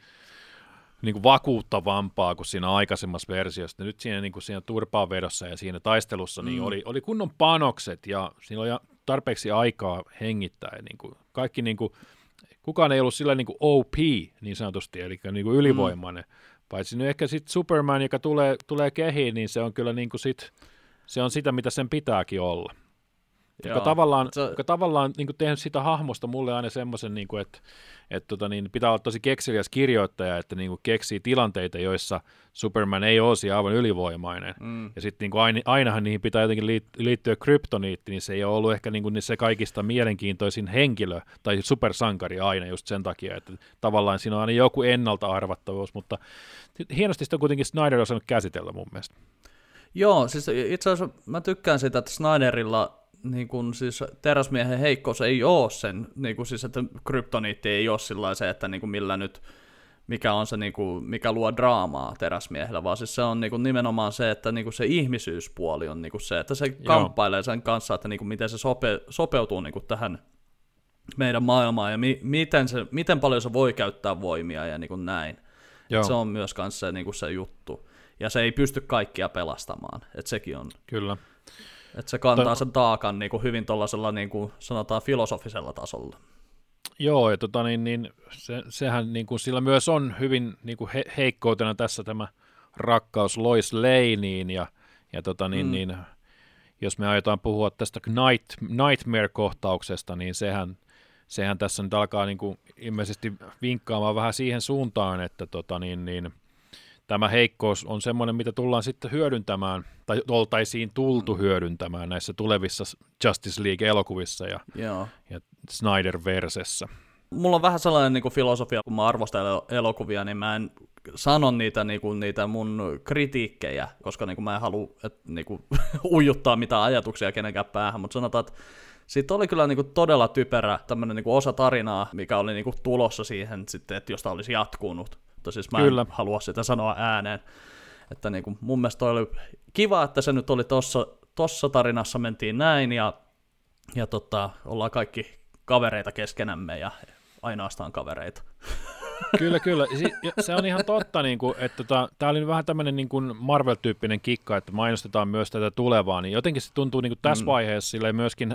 niin kuin vakuuttavampaa kuin siinä aikaisemmassa versiossa. Nyt siinä, niin kuin siinä turpaanvedossa ja siinä taistelussa niin mm. oli, oli kunnon panokset ja siinä oli tarpeeksi aikaa hengittää. Ja niin kuin kaikki, niin kuin, kukaan ei ollut sillä niin kuin O P niin sanotusti, eli niin kuin ylivoimainen. Mm. Paitsi nyt ehkä sitten Superman, joka tulee, tulee kehiin, niin se on kyllä niin kuin sit, se on sitä, mitä sen pitääkin olla. Joka tavallaan, se... joka tavallaan niin kuin tehnyt sitä hahmosta mulle aina semmoisen, niin kuin, että, että tota, niin pitää olla tosi kekseliäs kirjoittaja, että niin kuin keksii tilanteita, joissa Superman ei ole siinä aivan ylivoimainen. Mm. Ja sitten niin kuin aina, ainahan niihin pitää jotenkin liittyä kryptoniitti, niin se ei ole ollut ehkä niin kuin se kaikista mielenkiintoisin henkilö tai supersankari aina just sen takia, että tavallaan siinä on aina joku ennalta-arvattavuus, mutta hienosti sitä on kuitenkin Snyder osannut käsitellä mun mielestä. Joo, siis itse asiassa mä tykkään sitä, että Snyderilla niin kun siis teräsmiehen heikkous ei ole sen, niin kun siis, että kryptoniitti ei ole sillä se, että niin kun millä nyt, mikä on se, niin kun, mikä luo draamaa teräsmiehellä, vaan siis se on niin kun nimenomaan se, että niin kun se ihmisyyspuoli on niin kun se, että se Joo. kamppailee sen kanssa, että niin kun miten se sope, sopeutuu niin kun tähän meidän maailmaan ja mi, miten, se, miten paljon se voi käyttää voimia ja niin kun näin. Se on myös kanssa se, niin kun se juttu. Ja se ei pysty kaikkia pelastamaan, että sekin on. Kyllä. Että se kantaa sen taakan niin kuin hyvin tuollaisella, niin kuin sanotaan, filosofisella tasolla. Joo, ja tota, niin, niin, se, sehän niin kuin, sillä myös on hyvin niin kuin he, heikkoutena tässä tämä rakkaus Lois Laneen, ja, ja tota, niin, mm. niin, jos me aiotaan puhua tästä night, Nightmare-kohtauksesta, niin sehän, sehän tässä nyt alkaa niin kuin, ilmeisesti vinkkaamaan vähän siihen suuntaan, että tota, niin, niin, tämä heikkous on semmoinen, mitä tullaan sitten hyödyntämään, tai oltaisiin tultu hyödyntämään näissä tulevissa Justice League-elokuvissa ja, Joo. ja Snyder-versessä. Mulla on vähän sellainen niin kuin filosofia, kun mä arvostan elokuvia, niin mä en sano niitä, niin kuin, niitä mun kritiikkejä, koska niin kuin mä en halua et, niin kuin, ujuttaa mitään ajatuksia kenenkään päähän, mutta sanotaan, että siitä oli kyllä niin kuin todella typerä tämmöinen niin kuin osa tarinaa, mikä oli niin kuin tulossa siihen, sitten, että josta olisi jatkunut. Mutta siis mä en Kyllä. halua sitä sanoa ääneen. Että niin kuin mun mielestä oli kiva, että se nyt oli tossa, tossa tarinassa mentiin näin, ja, ja tota, ollaan kaikki kavereita keskenämme, ja ainoastaan kavereita. Kyllä, kyllä. Se on ihan totta, niin kuin, että tota, tämä oli vähän tämmöinen niin kuin Marvel-tyyppinen kikka, että mainostetaan myös tätä tulevaa, niin jotenkin se tuntuu niin kuin tässä mm. vaiheessa silleen myöskin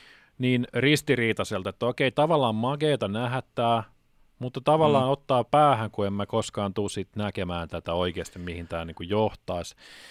niin ristiriitaiselta, että okei, tavallaan mageeta nähdä tämä, mutta tavallaan mm. ottaa päähän, kun en mä koskaan tule sit näkemään tätä oikeasti, mihin tämä niinku johtaisi.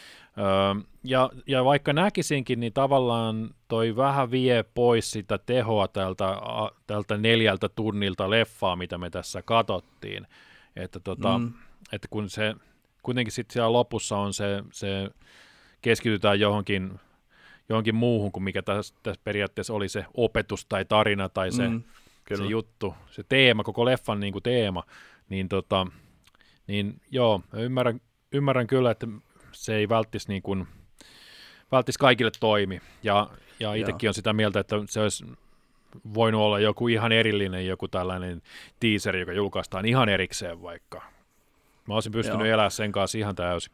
Öö, ja, ja vaikka näkisinkin, niin tavallaan toi vähän vie pois sitä tehoa tältä, a, tältä neljältä tunnilta leffaa, mitä me tässä katsottiin. Että, tota, mm. että kun se kuitenkin sitten siellä lopussa on se, se keskitytään johonkin, johonkin muuhun kuin mikä tässä, tässä periaatteessa oli se opetus tai tarina tai se mm. Kyllä. se juttu, se teema, koko leffan niin kuin teema, niin, tota, niin joo, ymmärrän, ymmärrän kyllä, että se ei välttis, niin kuin, välttis kaikille toimi, ja, ja itsekin on sitä mieltä, että se olisi voinut olla joku ihan erillinen, joku tällainen teaser, joka julkaistaan ihan erikseen vaikka. Mä olisin pystynyt elämään sen kanssa ihan täysin.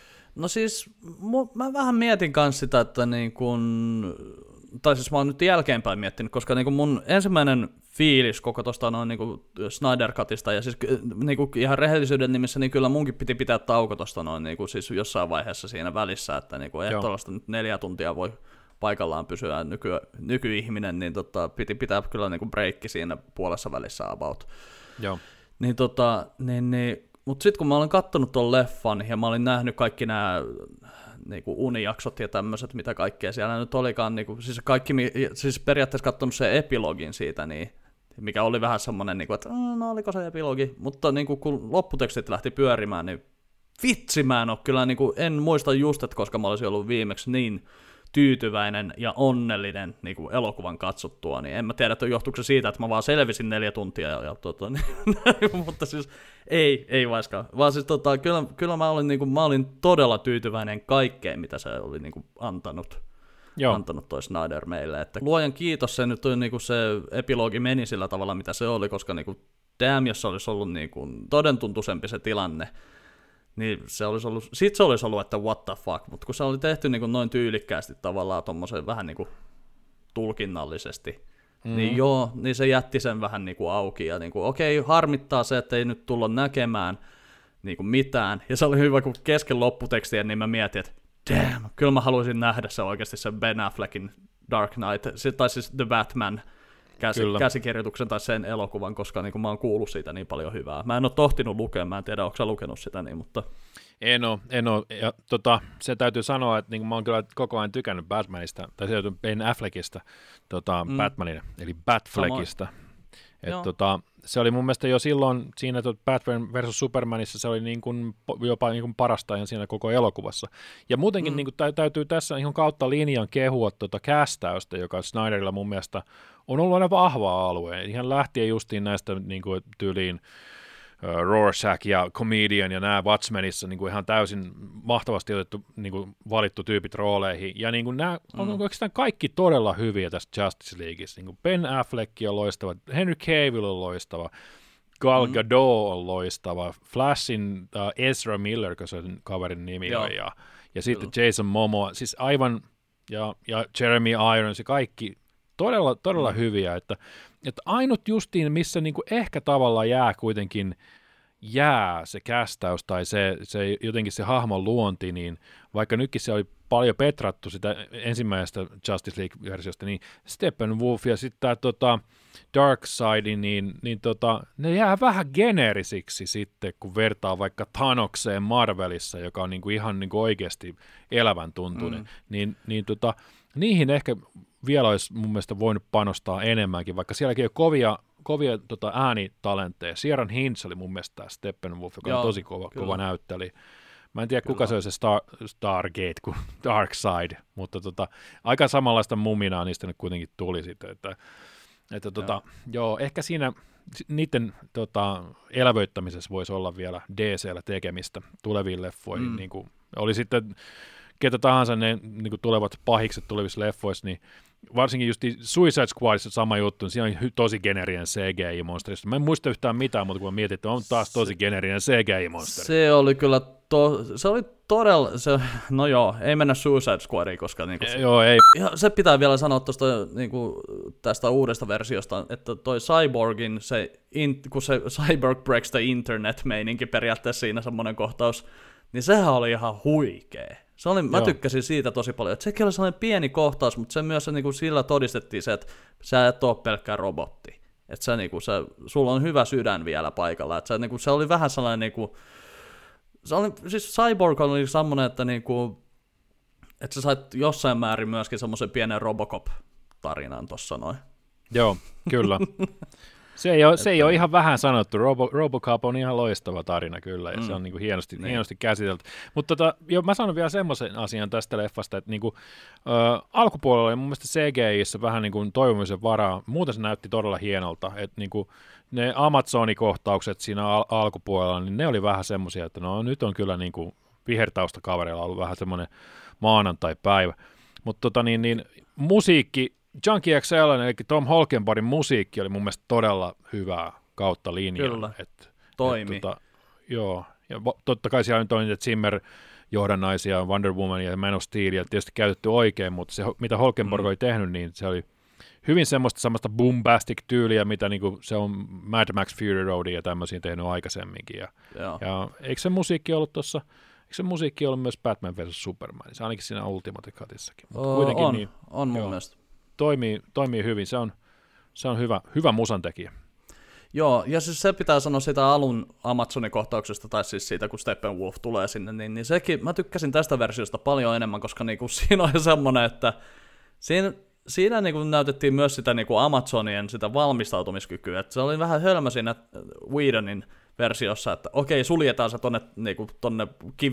No siis, mä vähän mietin kanssa sitä, että niin kun, tai siis mä oon nyt jälkeenpäin miettinyt, koska niin kun mun ensimmäinen fiilis koko tuosta noin niin kuin Snyder Cutista, ja siis niin kuin ihan rehellisyyden nimissä, niin kyllä munkin piti pitää tauko tuosta noin niin kuin siis jossain vaiheessa siinä välissä, että niin kuin ei tuollaista nyt neljä tuntia voi paikallaan pysyä nyky, nykyihminen, niin tota, piti pitää kyllä niin kuin breikki siinä puolessa välissä about. Joo. Niin tota, niin, niin, mutta sitten kun mä olin kattonut tuon leffan, ja mä olin nähnyt kaikki nämä niinku unijaksot ja tämmöiset, mitä kaikkea siellä nyt olikaan, niinku, siis, kaikki, siis periaatteessa katsonut sen epilogin siitä, niin, mikä oli vähän semmoinen, niinku, että no oliko se epilogi, mutta niinku, kun lopputekstit lähti pyörimään, niin vitsi mä en ole kyllä, niinku, en muista just, että koska mä olisin ollut viimeksi niin tyytyväinen ja onnellinen niin kuin elokuvan katsottua, niin en mä tiedä, että johtuuko se siitä, että mä vaan selvisin neljä tuntia, ja, ja tota, niin, mutta siis ei, ei vaiskaan, vaan siis tota, kyllä, kyllä mä, olin, niin kuin, mä olin todella tyytyväinen kaikkeen, mitä se oli niin kuin, antanut, Joo. antanut toi Snyder meille, että luojan kiitos, se nyt niin kuin se epilogi meni sillä tavalla, mitä se oli, koska niin kuin, damn, jos se olisi ollut niin kuin, todentuntuisempi se tilanne, niin se olisi ollut, sit se olisi ollut, että what the fuck, mutta kun se oli tehty niin kuin noin tyylikkäästi tavallaan tuommoisen vähän niin kuin tulkinnallisesti, mm. niin joo, niin se jätti sen vähän niin kuin auki, ja niin kuin, okei, harmittaa se, että ei nyt tulla näkemään niin kuin mitään, ja se oli hyvä, kun kesken lopputekstiä, niin mä mietin, että damn, kyllä mä haluaisin nähdä se oikeasti sen Ben Affleckin Dark Knight, tai siis The Batman, Käsi, käsikirjoituksen tai sen elokuvan, koska niin mä oon kuullut siitä niin paljon hyvää. Mä en ole tohtinut lukemaan, mä en tiedä, onko sä lukenut sitä, niin, mutta... En ole, en ole. Ja, tota, se täytyy sanoa, että niin mä oon kyllä koko ajan tykännyt Batmanista, tai se Ben Affleckista, tota, mm. Batmanina, eli Batfleckista. Et, tota, se oli mun mielestä jo silloin siinä Batman versus Supermanissa, se oli niin kuin, jopa niin kuin parasta ihan siinä koko elokuvassa. Ja muutenkin mm. niin kuin, täytyy tässä ihan kautta linjan kehua tuota kästäystä, joka Snyderilla mun mielestä on ollut aina vahva alue. Ihan lähtien justiin näistä niin kuin, tyyliin uh, Rorschach ja Comedian ja nämä Watchmenissa niin kuin ihan täysin mahtavasti otettu niin kuin, valittu tyypit rooleihin. Ja niin kuin, nämä on mm. oikeastaan kaikki todella hyviä tässä Justice Leagueissa. Niin kuin Ben Affleck on loistava, Henry Cavill on loistava, Gal Gadot on loistava, Flashin uh, Ezra Miller, kun se kaverin nimi on, ja, ja sitten Jason Momoa, siis aivan, ja, ja Jeremy Irons ja kaikki todella, todella mm. hyviä, että, että ainut justiin, missä niinku ehkä tavallaan jää kuitenkin jää se kästäys tai se, se jotenkin se hahmon luonti, niin vaikka nytkin se oli paljon petrattu sitä ensimmäisestä Justice League-versiosta, niin Steppenwolf ja sitten tämä tota, Darkseid, niin, niin tota, ne jää vähän geneerisiksi sitten, kun vertaa vaikka Thanokseen Marvelissa, joka on niinku ihan niinku oikeasti elävän tuntunen, mm. niin, niin tota, niihin ehkä vielä olisi mun mielestä voinut panostaa enemmänkin, vaikka sielläkin on kovia, kovia tota, äänitalentteja. Sieran Hinch oli mun mielestä tämä Steppenwolf, joka Joo, on tosi kova, kova näyttelijä. Mä en tiedä, kyllä. kuka se on se Star, Stargate kuin Darkseid, mutta tota, aika samanlaista muminaa niistä nyt kuitenkin tuli sitten. Että, että tota, joo. joo, ehkä siinä niiden tota, elävöittämisessä voisi olla vielä D C:llä tekemistä tuleviin leffoihin. Mm. Niin kuin, oli sitten ketä tahansa ne niin kuin tulevat pahikset tulevissa leffoissa, niin varsinkin just Suicide Squadissa sama juttu, niin siinä on hy- tosi generinen C G I-monsterista. Mä en muista yhtään mitään, mutta kun mä mietin, että on taas tosi generinen C G I-monsteri. Se oli kyllä, to- se oli todella, se, no joo, ei mennä Suicide Squadiin, koska niinku se, e, joo, ei. Ja se pitää vielä sanoa tosta, niinku, tästä uudesta versiosta, että toi Cyborgin, se, in, kun se Cyborg breaks the internet-meininki periaatteessa siinä semmoinen kohtaus, niin sehän oli ihan huikea. Se oli, mä tykkäsin siitä tosi paljon, että sekin oli sellainen pieni kohtaus, mutta se myös niin kuin sillä todistettiin se, että sä et ole pelkkä robotti. Että sä, niin kuin, sä, sulla on hyvä sydän vielä paikalla. Että sä, niin kuin, se oli vähän sellainen, niin kuin, se oli, siis Cyborg oli semmoinen, että, niin kuin, että sä sait jossain määrin myöskin semmoisen pienen Robocop-tarinan tossa noin. Joo, kyllä. Se ei ole, se ei ole ihan vähän sanottu. Robo, Robocop on ihan loistava tarina kyllä, ja mm. se on niin kuin hienosti, niin. hienosti käsitelty. Mutta tota, jo, mä sanon vielä semmoisen asian tästä leffasta, että niin kuin, ö, alkupuolella oli mun mielestä C G I:ssä vähän niin kuin toivomisen varaa. Muuten se näytti todella hienolta. Että niin kuin, ne Amazoni-kohtaukset siinä al- alkupuolella, niin ne oli vähän semmoisia, että no nyt on kyllä niin kuin vihertaustakavereilla ollut vähän semmoinen maanantai-päivä. Mutta tota, niin, niin, musiikki, Junkie X L, eli Tom Holkenborgin musiikki oli mun mielestä todella hyvää kautta linjaa. Kyllä, et, toimi. Et, tota, joo, ja totta kai siellä nyt on niitä Zimmer-johdannaisia, Wonder Woman ja Man of Steel, ja tietysti käytetty oikein, mutta se, mitä Holkenborg mm. oli tehnyt, niin se oli hyvin semmoista, semmoista bombastic-tyyliä, mitä niinku se on Mad Max Fury Roadin ja tämmöisiä tehnyt aikaisemminkin. Ja, ja eikö se musiikki ollut tuossa, eikö se musiikki ollut myös Batman versus Superman, se ainakin siinä Ultimate Cutissakin. Oh, on, niin, on mun joo, mielestä. Toimii, toimii hyvin, se on, se on hyvä, hyvä musantekijä. Joo, ja siis se pitää sanoa siitä alun Amazonin kohtauksesta, tai siis siitä, kun Steppenwolf tulee sinne, niin, niin sekin, mä tykkäsin tästä versiosta paljon enemmän, koska niinku siinä on semmoinen, että siinä, siinä niinku näytettiin myös sitä niinku Amazonien sitä valmistautumiskykyä, että se oli vähän hölmö siinä Whedonin versiossa, että okei, suljetaan se tonne, niinku, tonne kivi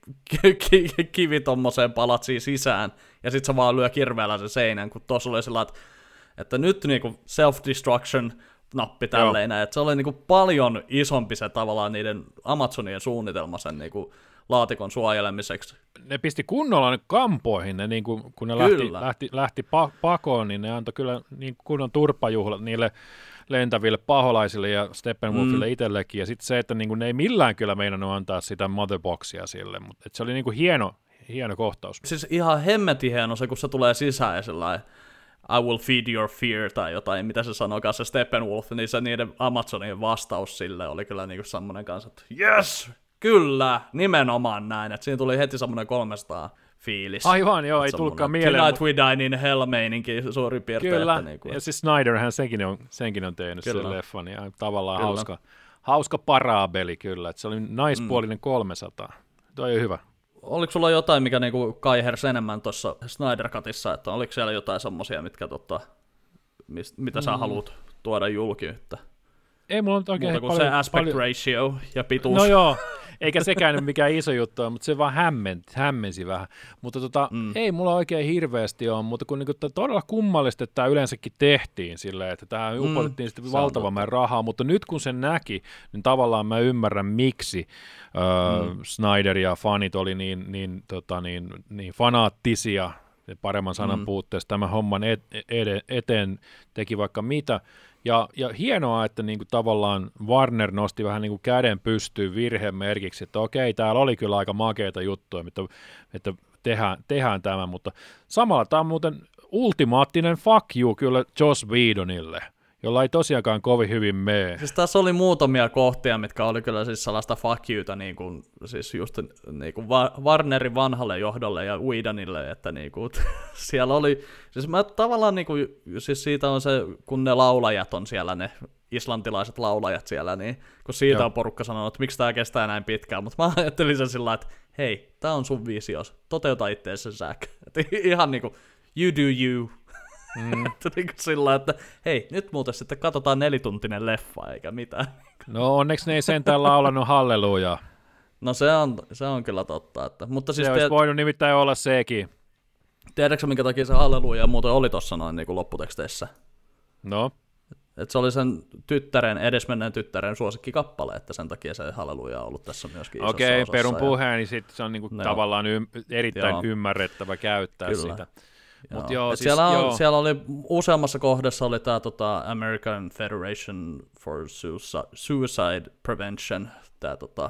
ki- ki- kivi tommoseen palatsiin sisään, ja sit se vaan lyö kirveellä sen seinän, kun tuossa oli sillä, että, että nyt niinku self-destruction nappi tälleen, Joo. että se oli niinku paljon isompi se tavallaan niiden Amazonien suunnitelma sen niinku laatikon suojelemiseksi. Ne pisti kunnolla ne kampoihin, ne, niin kuin, kun ne lähti, lähti, lähti pakoon, niin ne antoi kyllä niin kunnon turpajuhlat niille lentäville paholaisille ja Steppenwolfille mm. itsellekin, ja sitten se, että niin kuin, ne ei millään kyllä meinannut antaa sitä motherboxia sille, mutta se oli niin kuin hieno, hieno kohtaus. Siis ihan hemmetin hieno se, kun se tulee sisään ja sellainen I will feed your fear tai jotain, mitä se sanookaan se Steppenwolf, niin se niiden Amazonien vastaus sille oli kyllä niin kuin semmoinen kanssa, että yes! Kyllä, nimenomaan näin, että siinä tuli heti semmoinen kolmesataa fiilis. Aivan, joo, ei tullutkaan mieleen. Tonight we die in hell -meininki suurin piirtein. Kyllä, että niin kuin, ja siis Snyderhän senkin on, senkin on tehnyt kyllä. sen leffan, ja tavallaan hauska, hauska paraabeli kyllä, että se oli naispuolinen mm. kolmesataa. Toi on hyvä. Oliko sulla jotain, mikä niinku kaihersi enemmän tuossa Snyder Cutissa, että oliko siellä jotain semmosia, mitkä tota, mist, mitä mm. sä haluat tuoda julki, että ei mulla on oikein muuta kuin paljon, se aspect paljon... ratio ja pituus. No joo, eikä sekään nyt mikään iso juttu, mutta se vaan hämmensi, hämmensi vähän. Mutta tota, mm. ei mulla oikein hirveästi ole, mutta kun niinku, todella kummallista, että tämä yleensäkin tehtiin silleen, että tähän mm. upotettiin sitten valtavan määrän rahaa, mutta nyt kun sen näki, niin tavallaan mä ymmärrän, miksi öö, mm. Snyder ja fanit oli niin, niin, tota, niin, niin fanaattisia, paremman sanan mm. puutteessa tämän homman et, et, eteen teki vaikka mitä. Ja, ja hienoa, että niinku tavallaan Warner nosti vähän niinku käden pystyyn virheen merkiksi, että okei, täällä oli kyllä aika makeita juttuja, että, että tehdään, tehdään tämä, mutta samalla tämä on muuten ultimaattinen fuck you kyllä Joss Whedonille, jolla ei tosiaankaan kovin hyvin mene. Siis tässä oli muutamia kohtia, mitkä oli kyllä siis sellaista fuck youta, niin kuin, siis just niin kuin Warnerin vanhalle johdolle ja Whedonille, että niin kuin, siellä oli, siis mä tavallaan niin kuin, siis siitä on se, kun ne laulajat on siellä, ne islantilaiset laulajat siellä, niin kun siitä Joo. on porukka sanonut, että miksi tämä kestää näin pitkään, mutta mä ajattelin sen sillä että hei, tää on sun visios, toteuta itseäsi Zack, että ihan niin kuin, you do you. Mm. että niin kuin sillä että hei, nyt muuten sitten katsotaan nelituntinen leffa, eikä mitään. No onneksi ne ei sentään laulanut hallelujaa. No se on, se on kyllä totta. Että, mutta siis se olisi voinut nimittäin olla sekin. Tiedätkö minkä takia se halleluja muuten oli tuossa noin niin kuin lopputeksteissä? No? Että se oli sen tyttären, edesmenneen tyttären suosikkikappale, että sen takia se halleluja on ollut tässä myöskin isossa Okei, osassa. perun puheen, niin sitten se on niinku no, tavallaan y- erittäin joo. ymmärrettävä käyttää kyllä. sitä. Mut joo, siis, siellä, on, joo. siellä oli useammassa kohdassa oli tämä tota, American Federation for Suicide, Suicide Prevention, tämä tota,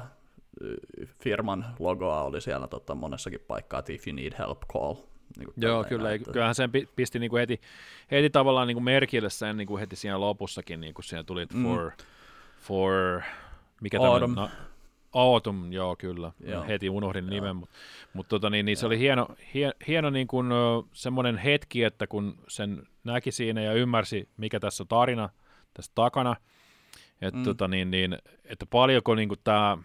firman logoa oli siellä tota, monessakin paikkaa, että if you need help, call. Niin joo, kyllä, että... kyllähän sen pisti niinku heti, heti tavallaan niinku merkille sen niinku heti siinä lopussakin, niin kuin siinä tuli mm. for, for, mikä Autumn. tämä no, Autumn, joo kyllä, joo. heti unohdin nimen, joo. mutta mut tota, niin, niin se oli hieno, hien, hieno niin kuin, semmoinen hetki, että kun sen näki siinä ja ymmärsi, mikä tässä on tarina tässä takana, että, mm. tota, niin, niin, että paljonko niin kuin tämä,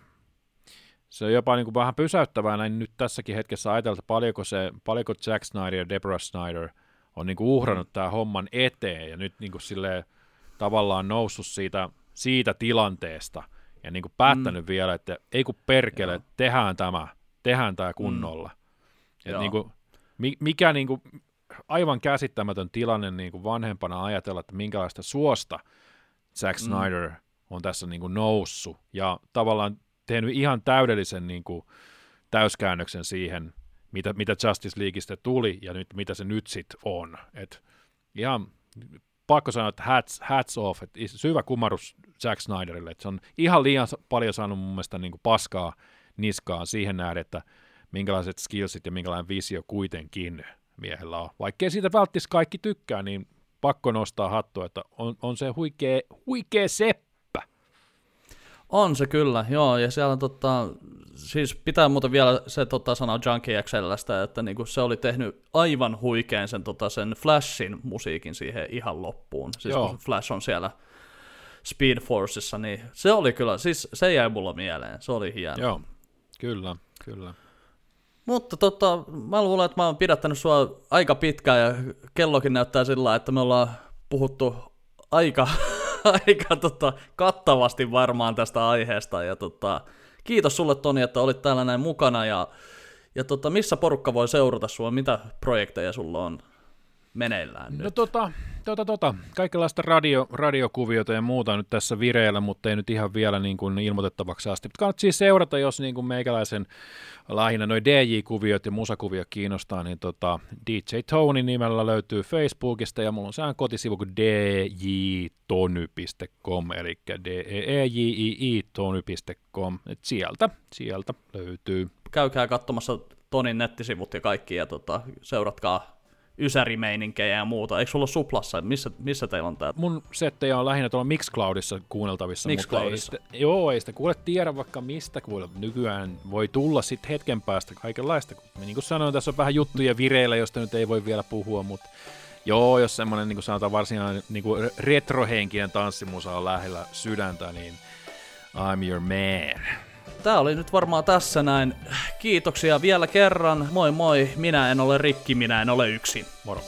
se on jopa niin kuin vähän pysäyttävää näin nyt tässäkin hetkessä ajatella, että paljonko, se, paljonko Zack Snyder ja Deborah Snyder on niin kuin uhrannut mm. tämän homman eteen ja nyt niin kuin silleen, tavallaan noussut siitä, siitä tilanteesta ja niin kuin päättänyt mm. vielä, että ei kun perkele, Joo. tehdään tämä, tehdään tämä kunnolla. Mm. Niin kuin, mikä niin kuin, aivan käsittämätön tilanne niin kuin vanhempana ajatella, että minkälaista suosta Zack Snyder mm. on tässä niin kuin noussut ja tavallaan tehnyt ihan täydellisen niin kuin, täyskäännöksen siihen, mitä, mitä Justice Leagueista tuli ja nyt, mitä se nyt sitten on. Et ihan pakko sanoa, että hats, hats off, että syvä kumarus Zack Snyderille, että se on ihan liian paljon saanut mun mielestä niin kuin paskaa niskaan siihen nähden, että minkälaiset skillsit ja minkälainen visio kuitenkin miehellä on. Vaikkei siitä välttis kaikki tykkää, niin pakko nostaa hattua, että on, on se huikea, huikea seppä. On se kyllä, joo, ja siellä tota, siis pitää muuten vielä se tota, sanoa Junkie X L:stä, että niinku se oli tehnyt aivan huikean sen, tota, sen Flashin musiikin siihen ihan loppuun, siis joo. kun Flash on siellä Speed Forceissa, niin se oli kyllä, siis se jäi mulla mieleen, se oli hieno. Joo, kyllä, kyllä. Mutta tota, mä luulen, että mä oon pidättänyt sua aika pitkään ja kellokin näyttää sillä, että me ollaan puhuttu aika, aika tota, kattavasti varmaan tästä aiheesta ja tota, kiitos sulle Toni, että olit täällä näin mukana ja, ja tota, missä porukka voi seurata sua, mitä projekteja sulla on meneillään No nyt? tota, tota, tota. kaikenlaista radio, radiokuviota ja muuta nyt tässä vireillä, mutta ei nyt ihan vielä niin kuin ilmoitettavaksi asti. Mutta kannattaa siis seurata, jos niin kuin meikäläisen lähinnä noi D J-kuviot ja musakuviot kiinnostaa, niin tota, D J Tony nimellä löytyy Facebookista ja mulla on sehän kotisivu kuin d j tony piste com, eli d e e j i i tony piste com, et sieltä, sieltä löytyy. Käykää katsomassa Tonin nettisivut ja kaikki ja tota, seuratkaa ysärimeininkejä ja muuta. Eikö sulla ole Suplassa? Missä, missä teillä on tää? Mun settejä on lähinnä tuolla Mixcloudissa kuunneltavissa. Mixcloudissa. Mutta ei sitä, joo, ei sitä kuule tiedä vaikka mistä kuule. Nykyään voi tulla sitten hetken päästä kaikenlaista. Niin kuin sanoin, tässä on vähän juttuja vireillä, josta nyt ei voi vielä puhua, mutta joo, jos semmoinen niin kuin sanotaan varsinainen niin kuin retrohenkinen tanssimusa on lähellä sydäntä, niin I'm your man. Tää oli nyt varmaan tässä näin. Kiitoksia vielä kerran. Moi moi, minä en ole Rikki, minä en ole yksin. Moro.